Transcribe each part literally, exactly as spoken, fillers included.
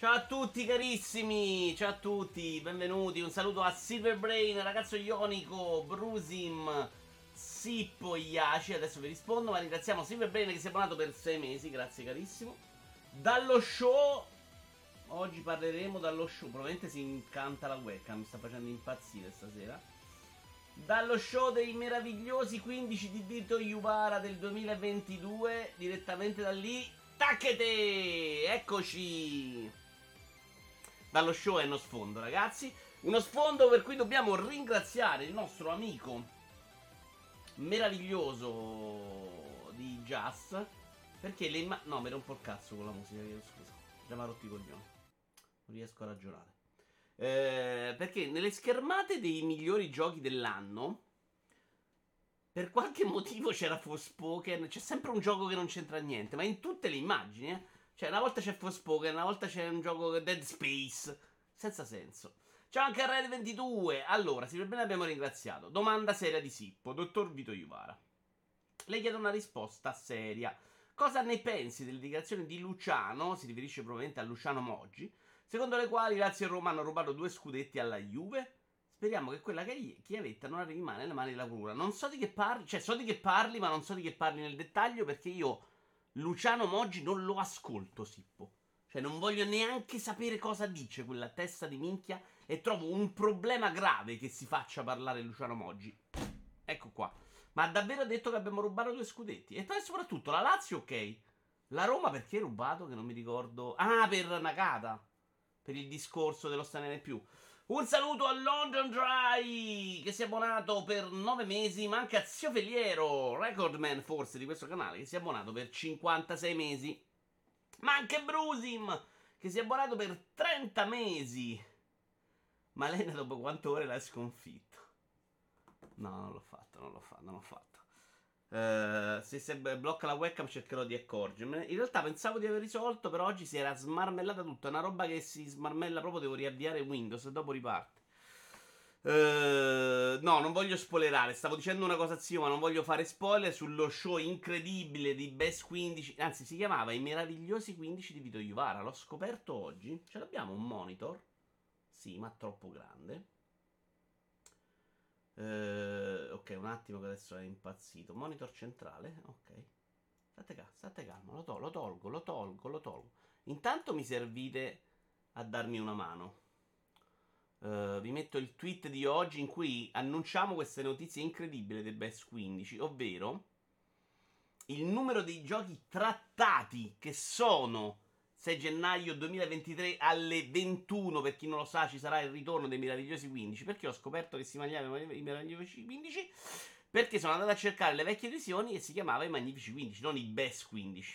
Ciao a tutti carissimi, ciao a tutti, benvenuti, un saluto a Silverbrain, ragazzo Ionico, Brusim, Sippo, Iaci, adesso vi rispondo, ma ringraziamo Silverbrain che si è abbonato per sei mesi, grazie carissimo. Dallo show, oggi parleremo dallo show, probabilmente si incanta la webcam, mi sta facendo impazzire stasera. Dallo show dei meravigliosi quindici di Vito Iuvara del duemilaventidue, direttamente da lì, tacchete, eccoci! Dallo show è uno sfondo, ragazzi. Uno sfondo per cui dobbiamo ringraziare il nostro amico meraviglioso di Just. Perché le immagini. No, mi rompo il cazzo con la musica, scusa. Già mi ha rotto i coglioni. Non riesco a ragionare. Eh, perché nelle schermate dei migliori giochi dell'anno, per qualche motivo c'era Forspoken. C'è sempre un gioco che non c'entra niente, ma in tutte le immagini, eh. Cioè, una volta c'è Forspoken, una volta c'è un gioco Dead Space. Senza senso. Ciao anche a Red ventidue. Allora, sì, per bene abbiamo ringraziato. Domanda seria di Sippo, dottor Vito Iuvara. Lei chiede una risposta seria. Cosa ne pensi delle dichiarazioni di Luciano? Si riferisce probabilmente a Luciano Moggi. Secondo le quali Lazio e Roma hanno rubato due scudetti alla Juve. Speriamo che quella chiavetta non arrivi mai nelle mani della procura. Non so di che parli, cioè so di che parli, ma non so di che parli nel dettaglio perché io Luciano Moggi non lo ascolto, Sippo. Cioè non voglio neanche sapere cosa dice quella testa di minchia e trovo un problema grave che si faccia parlare Luciano Moggi. Ecco qua. Ma ha davvero detto che abbiamo rubato due scudetti? E poi soprattutto la Lazio, ok. La Roma perché ha rubato? Che non mi ricordo. Ah, per Nakata. Per il discorso dello stare più. Un saluto a London Dry che si è abbonato per nove mesi, ma anche a Zio Feliero, recordman forse di questo canale, che si è abbonato per cinquantasei mesi. Ma anche Brusim che si è abbonato per trenta mesi. Ma Lena dopo quante ore l'ha sconfitto? No, non l'ho fatto, non l'ho fatto, non l'ho fatto. Uh, se, se blocca la webcam cercherò di accorgermene. In realtà pensavo di aver risolto, però oggi si era smarmellata tutta. È una roba che si smarmella proprio, devo riavviare Windows e dopo riparte. Uh, no, non voglio spoilerare. Stavo dicendo una cosa zio, ma non voglio fare spoiler sullo show incredibile di Best quindici. Anzi, si chiamava I meravigliosi quindici di Vito Iuvara. L'ho scoperto oggi. Ce l'abbiamo un monitor? Sì, ma troppo grande. Uh, ok, un attimo che adesso è impazzito. Monitor centrale, ok. State, ca- state calmo, lo, to- lo tolgo, lo tolgo, lo tolgo. Intanto mi servite a darmi una mano. Uh, vi metto il tweet di oggi in cui annunciamo queste notizie incredibili del Best quindici, ovvero il numero dei giochi trattati che sono sei gennaio duemilaventitré alle ventuno. Per chi non lo sa, ci sarà il ritorno dei meravigliosi quindici. Perché ho scoperto che si mangiava i meravigliosi quindici? Perché sono andato a cercare le vecchie edizioni e si chiamava i Magnifici quindici, non i Best quindici.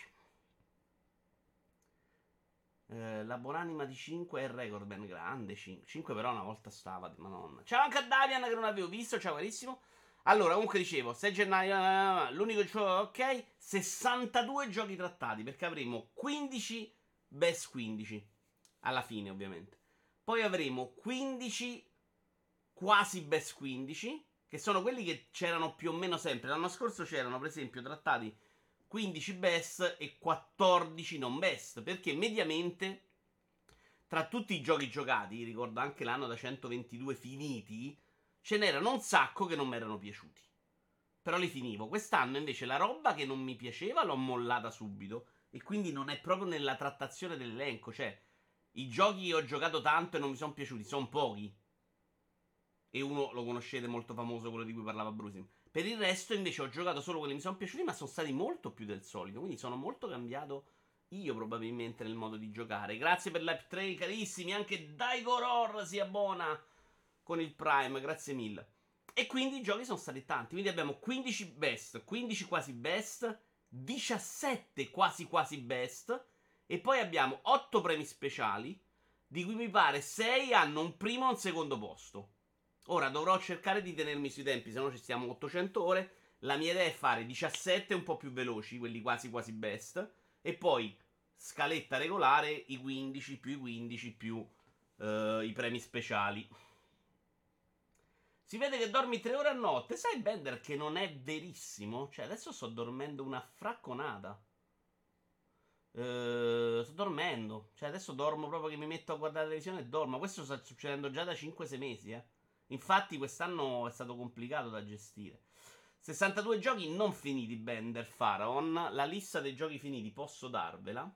Eh, la buonanima di cinque è il recordman grande. cinque. cinque però una volta stava, madonna. Ciao anche a Davian che non avevo visto, ciao carissimo. Allora, comunque dicevo, sei gennaio, l'unico gioco, ok, sessantadue giochi trattati, perché avremo quindici Best quindici, alla fine ovviamente. Poi avremo quindici quasi Best quindici, che sono quelli che c'erano più o meno sempre. L'anno scorso c'erano, per esempio, trattati quindici Best e quattordici non Best, perché mediamente tra tutti i giochi giocati, ricordo anche l'anno da centoventidue finiti, ce n'erano un sacco che non mi erano piaciuti. Però li finivo. Quest'anno invece la roba che non mi piaceva l'ho mollata subito. E quindi non è proprio nella trattazione dell'elenco. Cioè, i giochi che ho giocato tanto e non mi sono piaciuti sono pochi. E uno lo conoscete, molto famoso, quello di cui parlava Brusim. Per il resto invece ho giocato solo quelli che mi sono piaciuti, ma sono stati molto più del solito. Quindi sono molto cambiato io probabilmente nel modo di giocare. Grazie per l'App tre, carissimi. Anche Daigoror si abbona con il Prime, grazie mille. E quindi i giochi sono stati tanti. Quindi abbiamo quindici best, quindici quasi best, diciassette quasi quasi best. E poi abbiamo otto premi speciali, di cui mi pare sei hanno un primo e un secondo posto. Ora dovrò cercare di tenermi sui tempi, se no ci stiamo ottocento ore. La mia idea è fare diciassette un po' più veloci, quelli quasi quasi best. E poi scaletta regolare, i quindici più i quindici più uh, i premi speciali. Si vede che dormi tre ore a notte. Sai, Bender, che non è verissimo? Cioè, adesso sto dormendo una fracconata. Eh, sto dormendo. Cioè, adesso dormo proprio che mi metto a guardare la televisione e dormo. Questo sta succedendo già da cinque sei mesi, eh. Infatti, quest'anno è stato complicato da gestire. sessantadue giochi non finiti, Bender Pharaon. La lista dei giochi finiti posso darvela.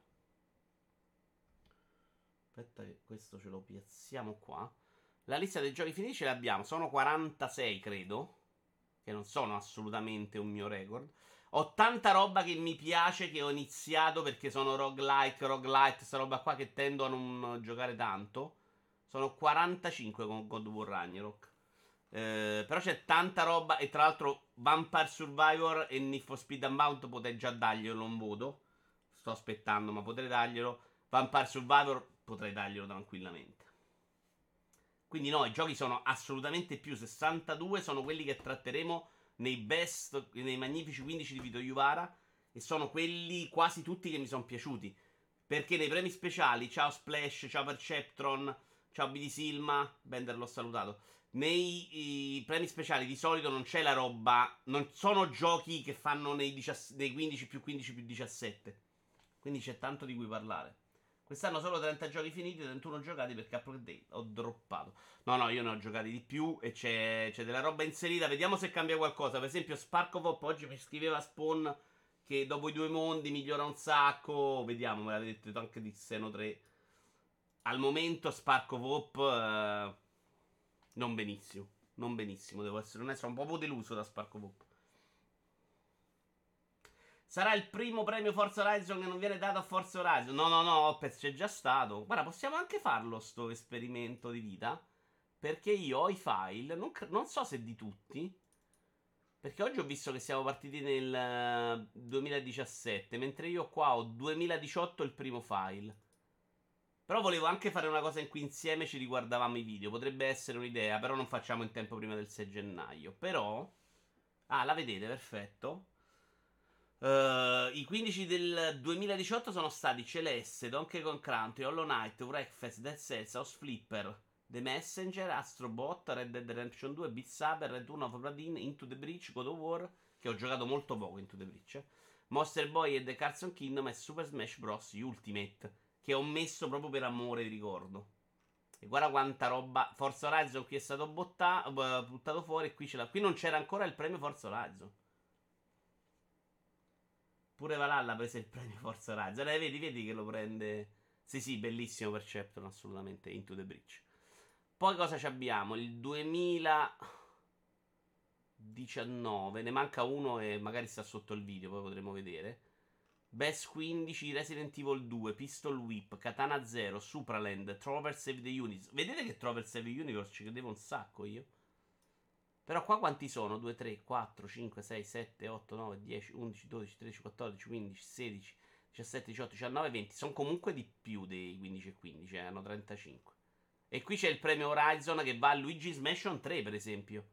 Aspetta, che questo ce lo piazziamo qua. La lista dei giochi finiti ce l'abbiamo. Sono quarantasei, credo. Che non sono assolutamente un mio record. Ho tanta roba che mi piace, che ho iniziato perché sono roguelike, roguelite, questa roba qua che tendo a non giocare tanto. Sono quarantacinque con God of War Ragnarok. Eh, però c'è tanta roba. E tra l'altro Vampire Survivor e Need for Speed Unbound potrei già darglielo un voto. Sto aspettando, ma potrei darglielo. Vampire Survivor potrei darglielo tranquillamente. Quindi no, i giochi sono assolutamente più. sessantadue sono quelli che tratteremo nei best, nei magnifici quindici di Vito Iuvara. E sono quelli quasi tutti che mi sono piaciuti. Perché nei premi speciali, ciao Splash, ciao Perceptron, ciao B D Silma, Bender l'ho salutato. Nei i, premi speciali di solito non c'è la roba. Non sono giochi che fanno nei, diciassette, nei quindici più quindici più diciassette. Quindi c'è tanto di cui parlare. Quest'anno solo trenta giochi finiti, trentuno giocati perché Upload Day ho droppato. No, no, io ne ho giocati di più e c'è, c'è della roba inserita. Vediamo se cambia qualcosa. Per esempio, Spark of Hope oggi mi scriveva Spawn che dopo i due mondi migliora un sacco. Vediamo, me l'avete detto anche di Xeno tre. Al momento Spark of Hope eh, non benissimo. Non benissimo, devo essere onesto. Sono un po' deluso da Spark of Hope. Sarà il primo premio Forza Horizon che non viene dato a Forza Horizon. No, no, no, Opez c'è già stato. Guarda, possiamo anche farlo sto esperimento di vita. Perché io ho i file, non, cre- non so se di tutti. Perché oggi ho visto che siamo partiti nel eh, duemiladiciassette, mentre io qua ho duemiladiciotto il primo file. Però volevo anche fare una cosa in cui insieme ci riguardavamo i video. Potrebbe essere un'idea, però non facciamo in tempo prima del sei gennaio. Però... Ah, la vedete, perfetto. Uh, I quindici del duemiladiciotto sono stati Celeste, Donkey Kong Country, Hollow Knight, Wreckfest, Dead Cells, House Flipper, The Messenger, Astrobot, Red Dead Redemption due, Beat Saber, Return of Obradin, Into the Breach, God of War, che ho giocato molto poco Into the Breach, Monster Boy e The Carson Kingdom e Super Smash Bros. Ultimate, che ho messo proprio per amore di ricordo. E guarda quanta roba. Forza Horizon qui è stato botta- buttato fuori e qui ce l'ha. Qui non c'era ancora il premio Forza Horizon. Pure Valhalla ha preso il premio Forza Horizon. Eh, vedi, vedi che lo prende. Sì, sì, bellissimo Perceptron, assolutamente. Into the Breach. Poi cosa ci abbiamo? Il duemiladiciannove. Ne manca uno e magari sta sotto il video, poi potremo vedere. Best quindici, Resident Evil due, Pistol Whip, Katana Zero, Supraland, Trover Save the Universe. Vedete che Trover Save the Universe ci credevo un sacco io. Però qua quanti sono? due, tre, quattro, cinque, sei, sette, otto, nove, dieci, undici, dodici, tredici, quattordici, quindici, sedici, diciassette, diciotto, diciannove, venti. Sono comunque di più dei quindici e quindici, eh, hanno trentacinque. E qui c'è il premio Horizon che va a Luigi's Mansion tre, per esempio.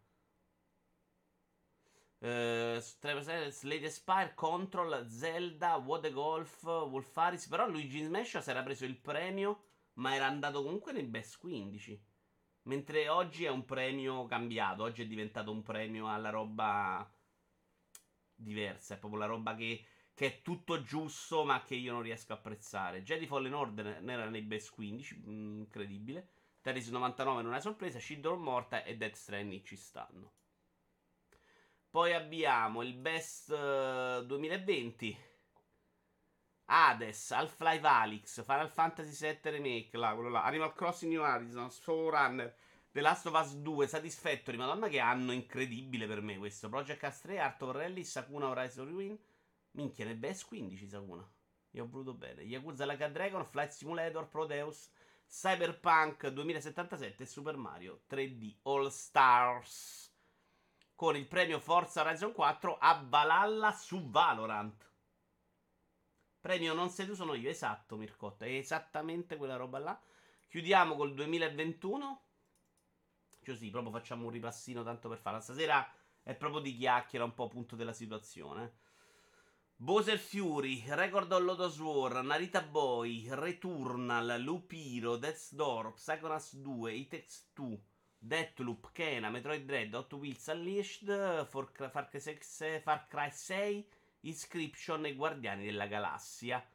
Uh, Slade Spire, Control, Zelda, What the Golf, Wolfaris. Però Luigi's Mansion si era preso il premio, ma era andato comunque nei best quindici. Mentre oggi è un premio cambiato. Oggi è diventato un premio alla roba diversa. È proprio la roba che, che è tutto giusto, ma che io non riesco a apprezzare. Jedi Fallen Order ne era nei best quindici. Mh, incredibile. Terris novantanove non è sorpresa. Shadow of Morta e Death Stranding ci stanno. Poi abbiamo il best uh, duemilaventi. Hades, Half-Life Alyx, Final Fantasy sette Remake, là, quello là, Animal Crossing New Horizons, Soul Runner, The Last of Us due, Satisfactory, madonna che anno incredibile per me questo. Project Cast tre, Art of Rally, Sakuna Horizon Rewind. Minchia, ne best quindici Sakuna. Io ho voluto bene. Yakuza Like a Dragon, Flight Simulator, Prodeus, Cyberpunk duemilasettantasette e Super Mario tre D All Stars. Con il premio Forza Horizon quattro a Valhalla su Valorant. Premio non sei tu, sono io. Esatto, Mircotta. È esattamente quella roba là. Chiudiamo col duemilaventuno. Così, proprio facciamo un ripassino tanto per farla. Stasera è proprio di chiacchiera, un po' punto della situazione. Bowser Fury, Record of Lotus War, Narita Boy, Returnal, Lupiro, Death's Door, Psychonauts due, It Takes Two, Deathloop, Kena, Metroid Dread, Hot Wheels Unleashed, Far Cry sei, Far Cry sei, Inscription e Guardiani della Galassia.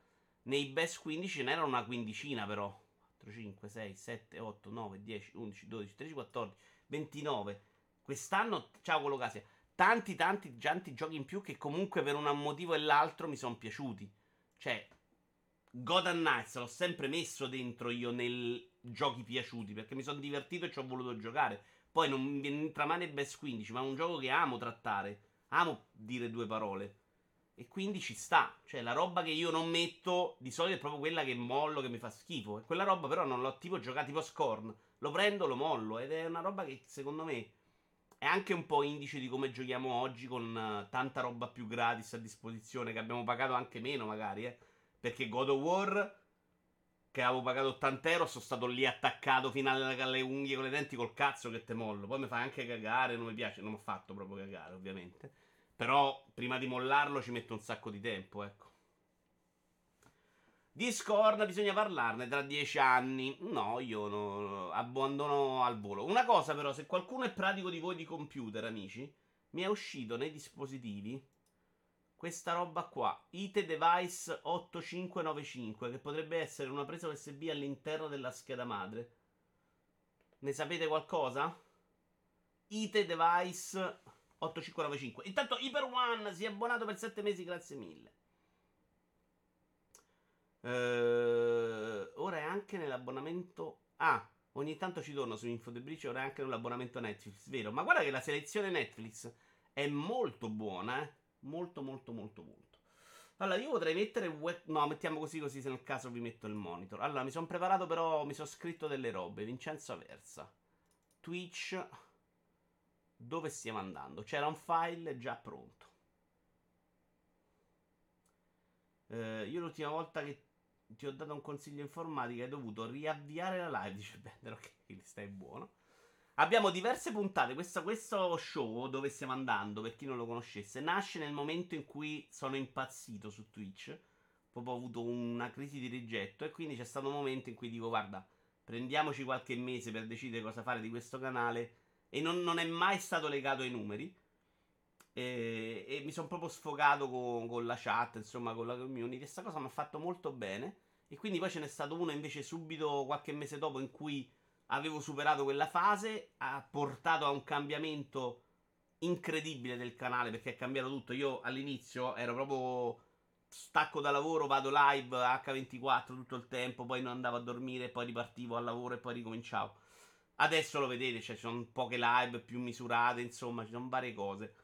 Nei best quindici ce n'erano una quindicina però. quattro, cinque, sei, sette, otto, nove, dieci, undici, dodici, tredici, quattordici, ventinove. Quest'anno, ciao Colocasia, tanti tanti tanti giochi in più che comunque per un motivo e l'altro mi sono piaciuti. Cioè, Gotham Knights l'ho sempre messo dentro io nei giochi piaciuti perché mi sono divertito e ci ho voluto giocare. Poi non mi entra mai nei best quindici, ma è un gioco che amo trattare. Amo dire due parole. E quindi ci sta. Cioè, la roba che io non metto di solito è proprio quella che mollo, che mi fa schifo. E quella roba però non l'ho tipo giocata tipo Scorn. Lo prendo, lo mollo. Ed è una roba che secondo me è anche un po' indice di come giochiamo oggi con eh, tanta roba più gratis a disposizione, che abbiamo pagato anche meno magari, eh. Perché God of War, che avevo pagato ottanta euro, sono stato lì attaccato fino alle, alle unghie con le denti col cazzo che te mollo. Poi mi fa anche cagare, non mi piace, non mi ha fatto proprio cagare ovviamente. Però prima di mollarlo ci metto un sacco di tempo, ecco. Discord, bisogna parlarne tra dieci anni. No, io no, abbandono al volo. Una cosa però, se qualcuno è pratico di voi di computer, amici, mi è uscito nei dispositivi questa roba qua, I T Device ottantacinque novantacinque, che potrebbe essere una presa U S B all'interno della scheda madre. Ne sapete qualcosa? I T Device ottantacinque novantacinque. Intanto Hyper One si è abbonato per sette mesi, grazie mille. Eh, ora è anche nell'abbonamento. Ah, ogni tanto ci torno su Info The Breach. Ora è anche nell'abbonamento Netflix, vero? Ma guarda che la selezione Netflix è molto buona, eh? Molto, molto, molto, molto. Allora, io potrei mettere web. No, mettiamo così, così se nel caso vi metto il monitor. Allora, mi sono preparato, però mi sono scritto delle robe. Vincenzo Aversa. Twitch. Dove stiamo andando? C'era un file già pronto. Eh, io l'ultima volta che ti ho dato un consiglio informatico hai dovuto riavviare la live. Dice Bender, ok, quindi stai buono. Abbiamo diverse puntate. Questo, questo show, dove stiamo andando, per chi non lo conoscesse, nasce nel momento in cui sono impazzito su Twitch. Proprio ho avuto una crisi di rigetto. E quindi c'è stato un momento in cui dico: guarda, prendiamoci qualche mese per decidere cosa fare di questo canale. E non, non è mai stato legato ai numeri. E, e mi sono proprio sfogato con, con la chat, insomma, con la community. E sta cosa mi ha fatto molto bene. E quindi poi ce n'è stato uno invece subito qualche mese dopo in cui avevo superato quella fase. Ha portato a un cambiamento incredibile del canale perché è cambiato tutto. Io all'inizio ero proprio stacco da lavoro, vado live acca ventiquattro tutto il tempo, poi non andavo a dormire, poi ripartivo al lavoro e poi ricominciavo. Adesso lo vedete, cioè ci sono poche live più misurate, insomma, ci sono varie cose.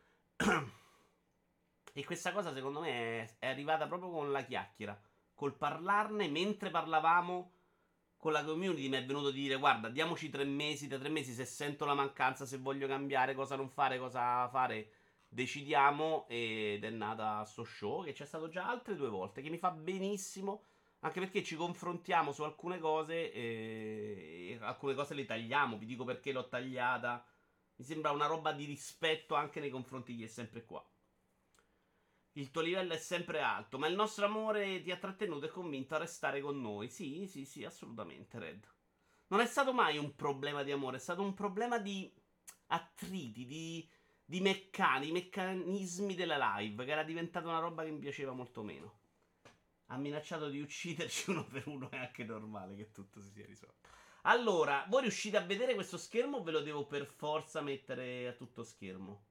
E questa cosa secondo me è, è arrivata proprio con la chiacchiera, col parlarne mentre parlavamo con la community. Mi è venuto di dire: guarda, diamoci tre mesi, da tre mesi se sento la mancanza, se voglio cambiare, cosa non fare, cosa fare, decidiamo. Ed è nata sto show che c'è stato già altre due volte, che mi fa benissimo, anche perché ci confrontiamo su alcune cose e, e alcune cose le tagliamo. Vi dico perché l'ho tagliata. Mi sembra una roba di rispetto anche nei confronti di chi è sempre qua. Il tuo livello è sempre alto, ma il nostro amore ti ha trattenuto e convinto a restare con noi. Sì, sì, sì, assolutamente, Red. Non è stato mai un problema di amore, è stato un problema di attriti, di, di meccani, meccanismi della live, che era diventata una roba che mi piaceva molto meno. Ha minacciato di ucciderci uno per uno, è anche normale che tutto si sia risolto. Allora, voi riuscite a vedere questo schermo o ve lo devo per forza mettere a tutto schermo?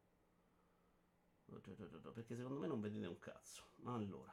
Perché secondo me non vedete un cazzo. Allora.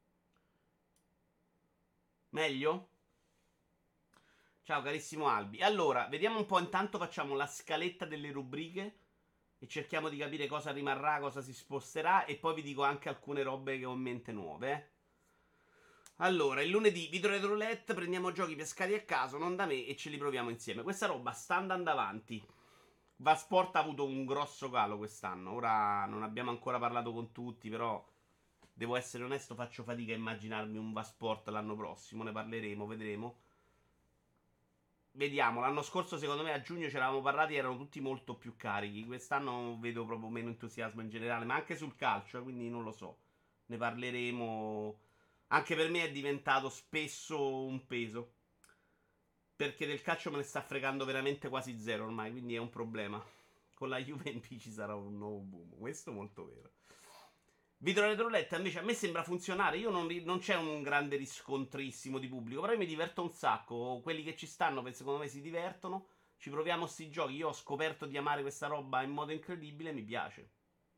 Meglio? Ciao carissimo Albi. Allora, vediamo un po'. Intanto facciamo la scaletta delle rubriche e cerchiamo di capire cosa rimarrà, cosa si sposterà. E poi vi dico anche alcune robe che ho in mente nuove. Eh. Allora, il lunedì, Video Retro Roulette, prendiamo giochi pescati a caso, non da me, e ce li proviamo insieme. Questa roba sta andando avanti. Vasport ha avuto un grosso calo quest'anno. Ora non abbiamo ancora parlato con tutti, però devo essere onesto, faccio fatica a immaginarmi un Vasport l'anno prossimo. Ne parleremo, vedremo. Vediamo, l'anno scorso secondo me a giugno ci eravamo parlati, erano tutti molto più carichi. Quest'anno vedo proprio meno entusiasmo in generale, ma anche sul calcio, eh, quindi non lo so. Ne parleremo. Anche per me è diventato spesso un peso. Perché del calcio me ne sta fregando veramente quasi zero ormai, quindi è un problema. Con la Juve in P ci sarà un nuovo boom. Questo è molto vero. Video Retro Roulette invece a me sembra funzionare. Io non, ri- non c'è un grande riscontrissimo di pubblico. Però io mi diverto un sacco. Quelli che ci stanno, per- secondo me, si divertono. Ci proviamo sti giochi. Io ho scoperto di amare questa roba in modo incredibile. Mi piace.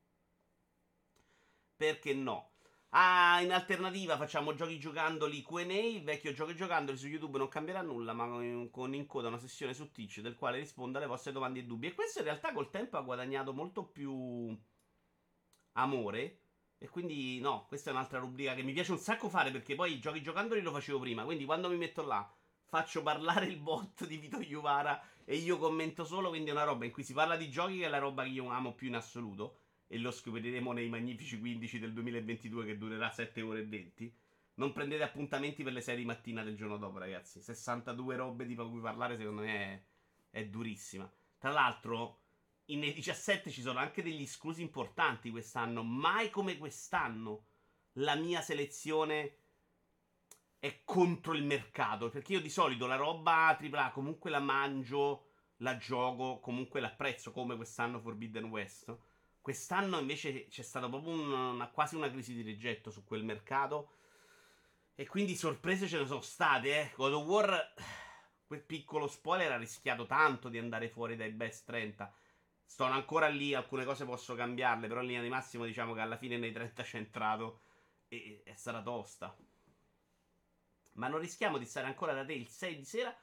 Perché no? Ah, in alternativa facciamo giochi giocandoli Q and A. Il vecchio giochi giocandoli su YouTube non cambierà nulla, ma con, con in coda una sessione su Twitch del quale rispondo alle vostre domande e dubbi. E questo in realtà col tempo ha guadagnato molto più amore. E quindi no, questa è un'altra rubrica che mi piace un sacco fare perché poi i giochi giocandoli lo facevo prima. Quindi quando mi metto là faccio parlare il bot di Vito Iuvara e io commento solo. Quindi è una roba in cui si parla di giochi che è la roba che io amo più in assoluto. E lo scopriremo nei Magnifici quindici del duemilaventidue che durerà sette ore e venti. Non prendete appuntamenti per le sei di mattina del giorno dopo, ragazzi. sessantadue robe di cui parlare secondo me è, è durissima. Tra l'altro, nei diciassette ci sono anche degli esclusi importanti quest'anno. Mai come quest'anno la mia selezione è contro il mercato. Perché io di solito la roba tripla A comunque la mangio, la gioco, comunque l'apprezzo, come quest'anno Forbidden West. Quest'anno invece c'è stata proprio un- una, quasi una crisi di rigetto su quel mercato. E quindi sorprese ce ne sono state, eh. God of War, quel piccolo spoiler, ha rischiato tanto di andare fuori dai best trenta. Sono ancora lì, alcune cose posso cambiarle, però in linea di massimo diciamo che alla fine nei trenta c'è entrato e è stata tosta. Ma non rischiamo di stare ancora da te il sei di sera?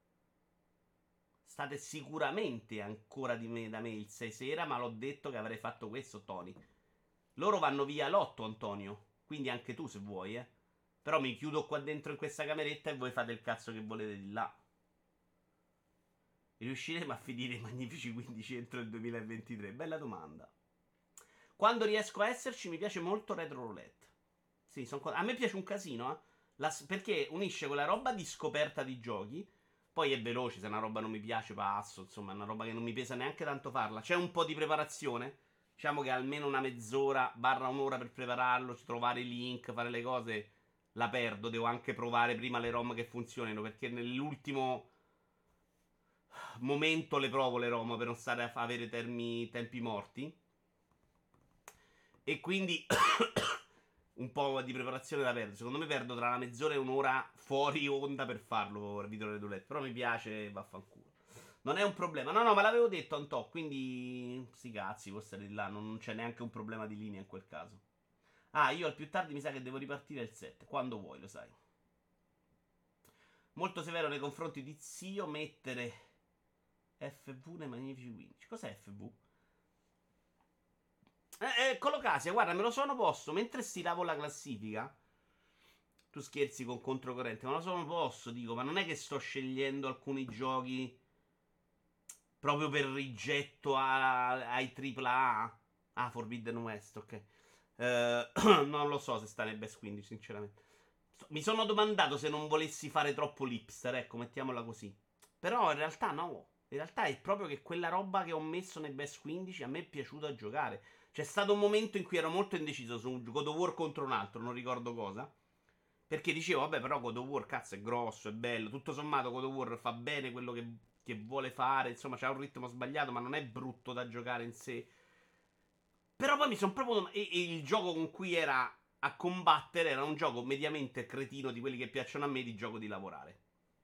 State sicuramente ancora di me, da me il sei sera, ma l'ho detto che avrei fatto questo, Tony. Loro vanno via l'otto, Antonio. Quindi anche tu se vuoi, eh. Però mi chiudo qua dentro in questa cameretta e voi fate il cazzo che volete di là. Riusciremo a finire i Magnifici quindici entro il duemilaventitré? Bella domanda. Quando riesco a esserci mi piace molto Retro Roulette. Sì, son co- a me piace un casino, eh. La s- perché unisce quella roba di scoperta di giochi. Poi è veloce, se una roba non mi piace passo, insomma è una roba che non mi pesa neanche tanto farla. C'è un po' di preparazione. Diciamo che almeno una mezz'ora, barra un'ora per prepararlo, trovare i link, fare le cose, la perdo. Devo anche provare prima le ROM che funzionino, perché nell'ultimo momento le provo le ROM per non stare a fa- avere termi- tempi morti. E quindi un po' di preparazione da perdere. Secondo me perdo tra una mezz'ora e un'ora fuori onda per farlo, Video le Roulette. Però mi piace, vaffanculo. Non è un problema. No, no, ma l'avevo detto, Antò. Quindi, sti cazzi, può stare di là. Non c'è neanche un problema di linea in quel caso. Ah, io al più tardi mi sa che devo ripartire il set. Quando vuoi, lo sai. Molto severo nei confronti di zio mettere F V nei Magnifici quindici. Cos'è F V? Eh, eh, Colocasia, guarda, me lo sono posto mentre stilavo la classifica. Tu scherzi con controcorrente, ma lo sono posto, dico, ma non è che sto scegliendo alcuni giochi proprio per rigetto a- ai tripla A. Ah, Forbidden West, ok. Eh, non lo so se sta nel best quindici, sinceramente. Mi sono domandato se non volessi fare troppo l'hipster, ecco, mettiamola così. Però in realtà no. In realtà è proprio che quella roba che ho messo nei best quindici a me è piaciuta giocare. C'è stato un momento in cui ero molto indeciso su un God of War contro un altro, non ricordo cosa. Perché dicevo, vabbè, però God of War, cazzo, è grosso, è bello. Tutto sommato, God of War fa bene quello che, che vuole fare. Insomma, c'ha un ritmo sbagliato, ma non è brutto da giocare in sé. Però poi mi sono proprio. dom- E, e il gioco con cui era a combattere era un gioco mediamente cretino di quelli che piacciono a me, di gioco di lavorare.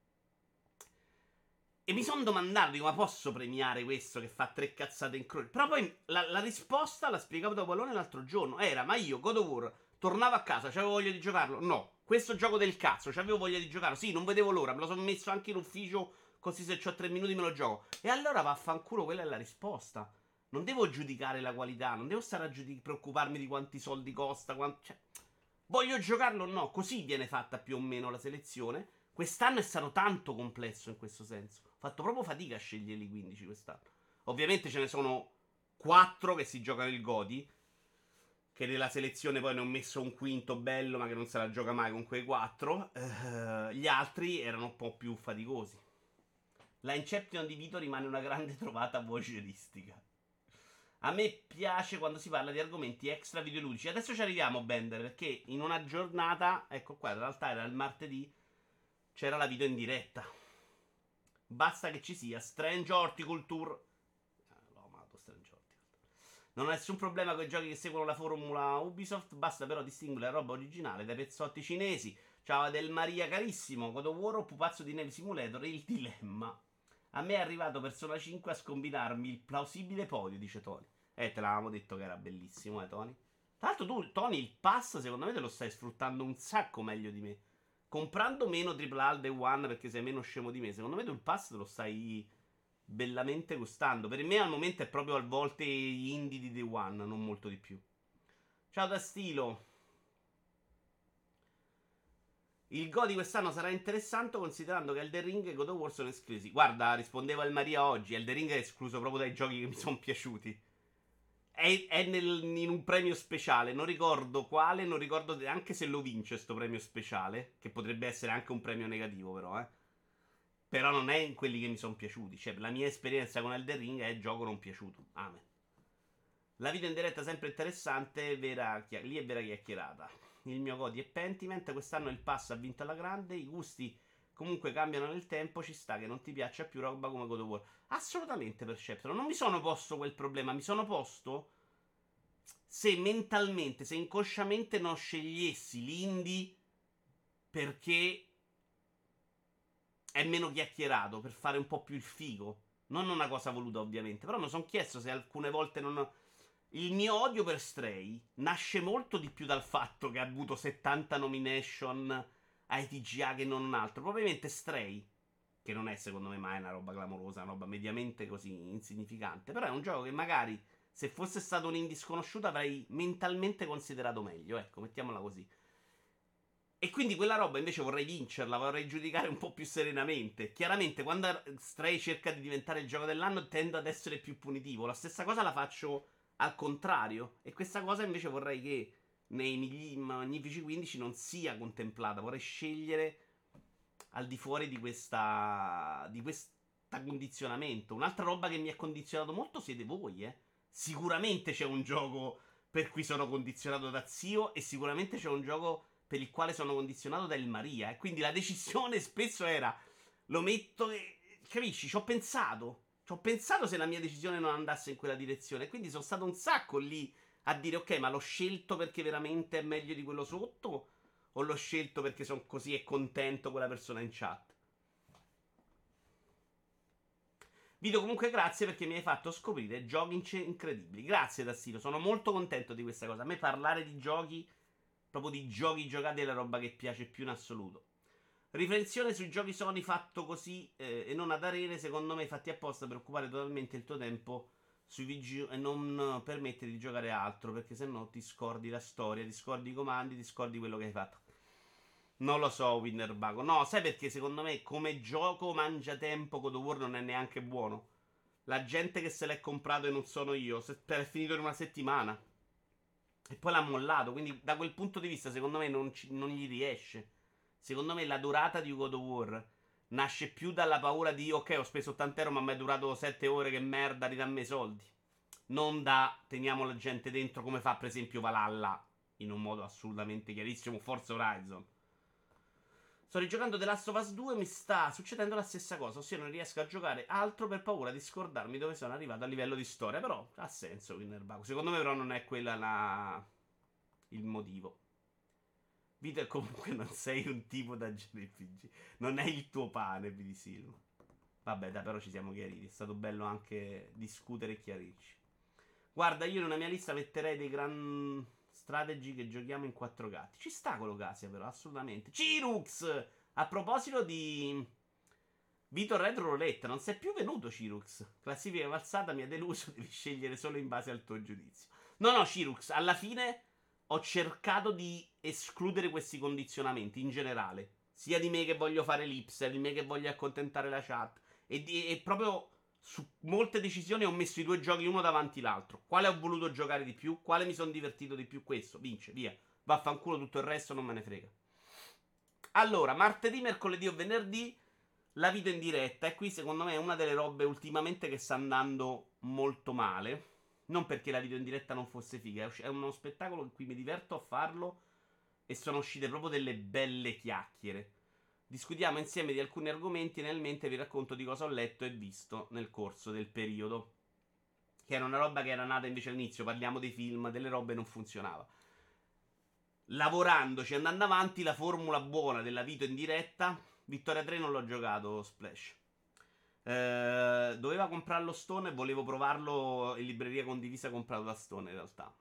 E mi sono domandato, dico, ma posso premiare questo che fa tre cazzate in croce? Però poi la, la risposta, la spiegavo da Pallone l'altro giorno, era, ma io God of War tornavo a casa, c'avevo voglia di giocarlo? No. Questo gioco del cazzo, c'avevo voglia di giocarlo? Sì, non vedevo l'ora, me lo sono messo anche in ufficio, così se ho tre minuti me lo gioco. E allora vaffanculo, quella è la risposta. Non devo giudicare la qualità, non devo stare a giudic- preoccuparmi di quanti soldi costa, quant- cioè, voglio giocarlo o no? Così viene fatta più o meno la selezione. Quest'anno è stato tanto complesso in questo senso. Ho fatto proprio fatica a sceglierli quindici quest'anno. Ovviamente ce ne sono quattro che si giocano il Godi. Che nella selezione poi ne ho messo un quinto bello, ma che non se la gioca mai con quei quattro. Eh, gli altri erano un po' più faticosi. La Inception di Vito rimane una grande trovata voceristica. A me piace quando si parla di argomenti extra videoludici. Adesso ci arriviamo, Bender, perché in una giornata, ecco qua, in realtà era il martedì, c'era la video in diretta. Basta che ci sia Strange Horticulture. Ah, l'ho amato Strange Horticulture. Non ho nessun problema con i giochi che seguono la formula Ubisoft, basta però distinguere la roba originale dai pezzotti cinesi. Ciao Del Maria carissimo, God of War o Pupazzo di Neve Simulator, il dilemma. A me è arrivato Persona cinque a scombinarmi il plausibile podio, dice Tony. Eh, te l'avevamo detto che era bellissimo, eh, Tony. Tra l'altro tu, Tony, il pass secondo me te lo stai sfruttando un sacco meglio di me. Comprando meno tripla A al Day One perché sei meno scemo di me, secondo me tu il pass te lo stai bellamente gustando. Per me al momento è proprio a volte indie di Day One, non molto di più. Ciao da Stilo. Il Go di quest'anno sarà interessante considerando che Elden Ring e God of War sono esclusi. Guarda, rispondevo al Maria oggi, Elden Ring è escluso proprio dai giochi che mi sono piaciuti. È, è nel- in un premio speciale, non ricordo quale, non ricordo anche se lo vince sto premio speciale, che potrebbe essere anche un premio negativo però, eh. Però non è in quelli che mi sono piaciuti, cioè la mia esperienza con Elden Ring è gioco non piaciuto. Amen. La video in diretta sempre interessante, vera, chia- lì è vera chiacchierata. Il mio Cody è Pentiment, quest'anno il pass ha vinto alla grande, i gusti comunque cambiano nel tempo, ci sta che non ti piaccia più roba come God of War. Assolutamente Perceptron, non mi sono posto quel problema, mi sono posto se mentalmente, se inconsciamente non scegliessi l'indie perché è meno chiacchierato, per fare un po' più il figo. Non una cosa voluta ovviamente, però mi sono chiesto se alcune volte non... Il mio odio per Stray nasce molto di più dal fatto che ha avuto settanta nomination ai T G A che non un altro. Probabilmente Stray, che non è secondo me mai una roba clamorosa, una roba mediamente così insignificante, però è un gioco che magari se fosse stato un indie sconosciuto avrei mentalmente considerato meglio, ecco, mettiamola così. E quindi quella roba invece vorrei vincerla, vorrei giudicare un po' più serenamente. Chiaramente quando Stray cerca di diventare il gioco dell'anno tendo ad essere più punitivo. La stessa cosa la faccio al contrario. E questa cosa invece vorrei che nei Migli- Magnifici quindici non sia contemplata. Vorrei scegliere al di fuori di questa di questo condizionamento. Un'altra roba che mi ha condizionato molto siete voi, eh. Sicuramente c'è un gioco per cui sono condizionato da Zio e sicuramente c'è un gioco per il quale sono condizionato da El Maria. E quindi la decisione spesso era: lo metto e... Capisci? Ci ho pensato. Ci ho pensato se la mia decisione non andasse in quella direzione. Quindi sono stato un sacco lì a dire: ok, ma l'ho scelto perché veramente è meglio di quello sotto? O l'ho scelto perché sono così e contento con la persona in chat? Vito, comunque grazie perché mi hai fatto scoprire giochi ince- incredibili. Grazie Tassino, sono molto contento di questa cosa. A me parlare di giochi, proprio di giochi giocati, è la roba che piace più in assoluto. Riflessione sui giochi Sony fatto così eh, e non ad arene, secondo me fatti apposta per occupare totalmente il tuo tempo sui V G e non permettere di giocare altro, perché sennò ti scordi la storia, ti scordi i comandi, ti scordi quello che hai fatto. Non lo so, Winnerbago. No, sai perché secondo me come gioco mangia tempo God of War non è neanche buono. La gente che se l'è comprato e non sono io, se è finito in una settimana. E poi l'ha mollato, quindi da quel punto di vista secondo me non, ci- non gli riesce. Secondo me la durata di God of War nasce più dalla paura di ok, ho speso ottanta euro ma mi è durato sette ore, che merda, ridammi i soldi. Non da teniamo la gente dentro come fa per esempio Valhalla in un modo assolutamente chiarissimo, Forza Horizon. Sto rigiocando The Last of Us due e mi sta succedendo la stessa cosa, ossia non riesco a giocare altro per paura di scordarmi dove sono arrivato a livello di storia, però ha senso Winnerbago. Secondo me però non è quella la... il motivo. Vito, comunque non sei un tipo da J R P G, non è il tuo pane, Vidi Silva. Vabbè, dai, però ci siamo chiariti, è stato bello anche discutere e chiarirci. Guarda, io in una mia lista metterei dei gran strategy che giochiamo in quattro gatti. Ci sta quello Casia, però, assolutamente. Cirux! A proposito di Vito Retro Roulette, non sei più venuto, Cirux. Classifica avanzata, mi ha deluso, devi scegliere solo in base al tuo giudizio. No, no, Cirux, alla fine ho cercato di escludere questi condizionamenti in generale. Sia di me che voglio fare l'ipser, di me che voglio accontentare la chat. E, di, e proprio su molte decisioni ho messo i due giochi uno davanti l'altro. Quale ho voluto giocare di più? Quale mi sono divertito di più? Questo, vince, via. Vaffanculo tutto il resto, non me ne frega. Allora, martedì, mercoledì o venerdì la video in diretta. E qui secondo me è una delle robe ultimamente che sta andando molto male. Non perché la video in diretta non fosse figa, è uno spettacolo in cui mi diverto a farlo e sono uscite proprio delle belle chiacchiere. Discutiamo insieme di alcuni argomenti e nel mente vi racconto di cosa ho letto e visto nel corso del periodo. che era una roba che era nata invece all'inizio, parliamo dei film, delle robe non funzionava. Lavorandoci, andando avanti, la formula buona della Vito in diretta. Vittoria tre non l'ho giocato, Splash. Eh, doveva comprarlo Stone e volevo provarlo in libreria condivisa comprato da Stone in realtà.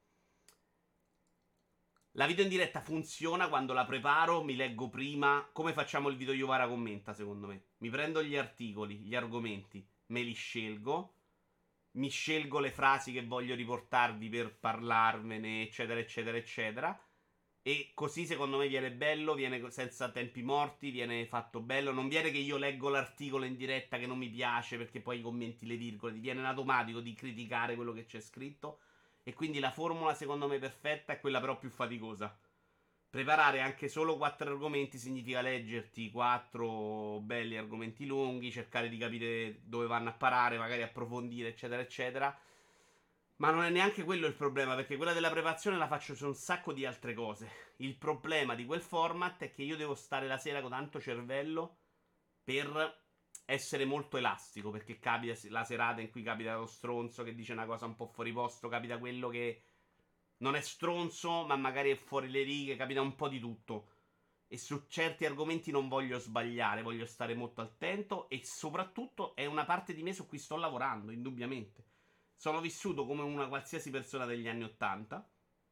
La video in diretta funziona quando la preparo, mi leggo prima, come facciamo il video Iovara commenta secondo me. Mi prendo gli articoli, gli argomenti, me li scelgo, mi scelgo le frasi che voglio riportarvi per parlarmene, eccetera, eccetera, eccetera. E così secondo me viene bello, viene senza tempi morti, viene fatto bello. Non viene che io leggo l'articolo in diretta che non mi piace perché poi i commenti le virgole. Ti viene in automatico di criticare quello che c'è scritto. E quindi la formula secondo me perfetta è quella però più faticosa. Preparare anche solo quattro argomenti significa leggerti quattro belli argomenti lunghi, cercare di capire dove vanno a parare, magari approfondire, eccetera, eccetera. Ma non è neanche quello il problema, perché quella della preparazione la faccio su un sacco di altre cose. Il problema di quel format è che io devo stare la sera con tanto cervello per essere molto elastico, perché capita la serata in cui capita lo stronzo che dice una cosa un po' fuori posto, capita quello che non è stronzo, ma magari è fuori le righe, capita un po' di tutto. E su certi argomenti non voglio sbagliare, voglio stare molto attento e soprattutto è una parte di me su cui sto lavorando, indubbiamente. Sono vissuto come una qualsiasi persona degli anni Ottanta,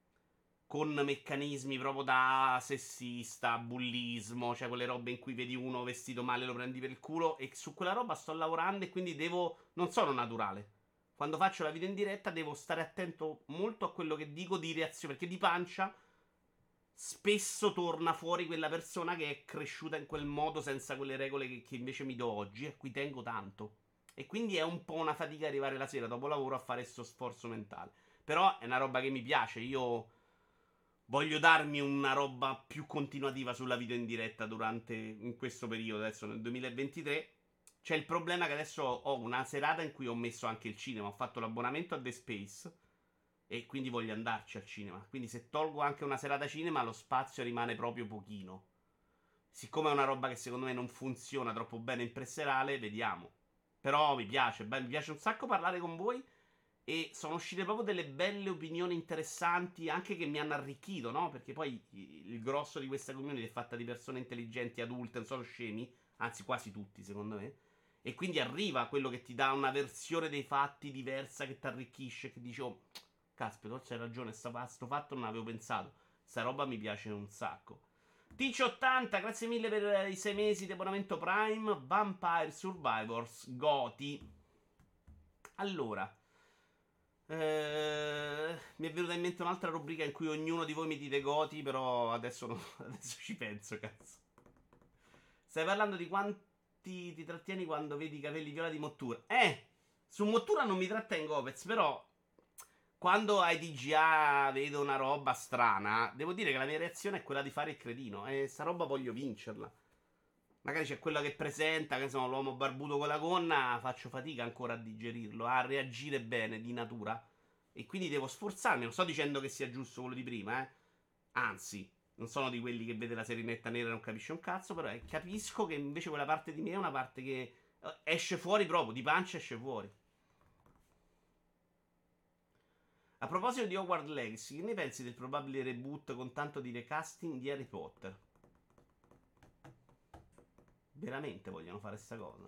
con meccanismi proprio da sessista, bullismo, cioè quelle robe in cui vedi uno vestito male lo prendi per il culo, e su quella roba sto lavorando e quindi devo... non sono naturale. Quando faccio la video in diretta devo stare attento molto a quello che dico di reazione, perché di pancia spesso torna fuori quella persona che è cresciuta in quel modo senza quelle regole che, che invece mi do oggi, a cui tengo tanto. E quindi è un po' una fatica arrivare la sera dopo lavoro a fare questo sforzo mentale. Però è una roba che mi piace. Io voglio darmi una roba più continuativa sulla video in diretta durante in questo periodo, adesso nel duemilaventitré. C'è il problema che adesso ho una serata in cui ho messo anche il cinema. Ho fatto l'abbonamento a The Space e quindi voglio andarci al cinema. Quindi se tolgo anche una serata cinema, lo spazio rimane proprio pochino. Siccome è una roba che secondo me non funziona troppo bene in preserale, vediamo. Però mi piace, beh, mi piace un sacco parlare con voi. E sono uscite proprio delle belle opinioni interessanti, anche che mi hanno arricchito, no? Perché poi il grosso di questa community è fatta di persone intelligenti, adulte, non sono scemi, anzi quasi tutti secondo me. E quindi arriva quello che ti dà una versione dei fatti diversa, che ti arricchisce, che dici, oh, caspita, forse hai ragione, sto fatto non avevo pensato. Sta roba mi piace un sacco. Tici ottanta, grazie mille per i sei mesi di abbonamento Prime. Vampire Survivors Goti. Allora, eh, mi è venuta in mente un'altra rubrica in cui ognuno di voi mi dite Goti, però adesso, non, adesso ci penso, cazzo. Stai parlando di quanti ti trattieni quando vedi i capelli viola di Mottura? Eh, su Mottura non mi tratta in Gopez, però quando ai D G A vedo una roba strana, devo dire che la mia reazione è quella di fare il cretino. E sta roba voglio vincerla. Magari c'è quello che presenta, che sono l'uomo barbuto con la gonna, faccio fatica ancora a digerirlo, a reagire bene di natura. E quindi devo sforzarmi. Non sto dicendo che sia giusto quello di prima, eh. Anzi, non sono di quelli che vede la serinetta nera e non capisce un cazzo, però eh, capisco che invece quella parte di me è una parte che eh, esce fuori proprio, di pancia esce fuori. A proposito di Hogwarts Legacy, che ne pensi del probabile reboot con tanto di recasting di Harry Potter? Veramente vogliono fare sta cosa?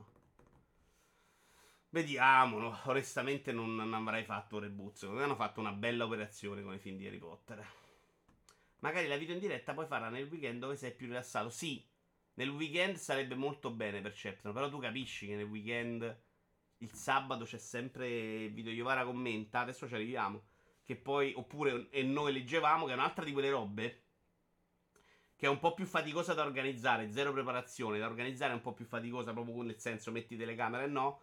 Vediamolo. Onestamente non, non avrei fatto un reboot. Secondo me hanno fatto una bella operazione con i film di Harry Potter. Magari la video in diretta puoi farla nel weekend dove sei più rilassato. Sì, nel weekend sarebbe molto bene per Cepton. Però tu capisci che nel weekend il sabato c'è sempre video Iovara commenta. Adesso ci arriviamo. Che poi, oppure, e noi leggevamo, che è un'altra di quelle robe che è un po' più faticosa da organizzare, zero preparazione, da organizzare è un po' più faticosa proprio nel senso metti telecamera e no.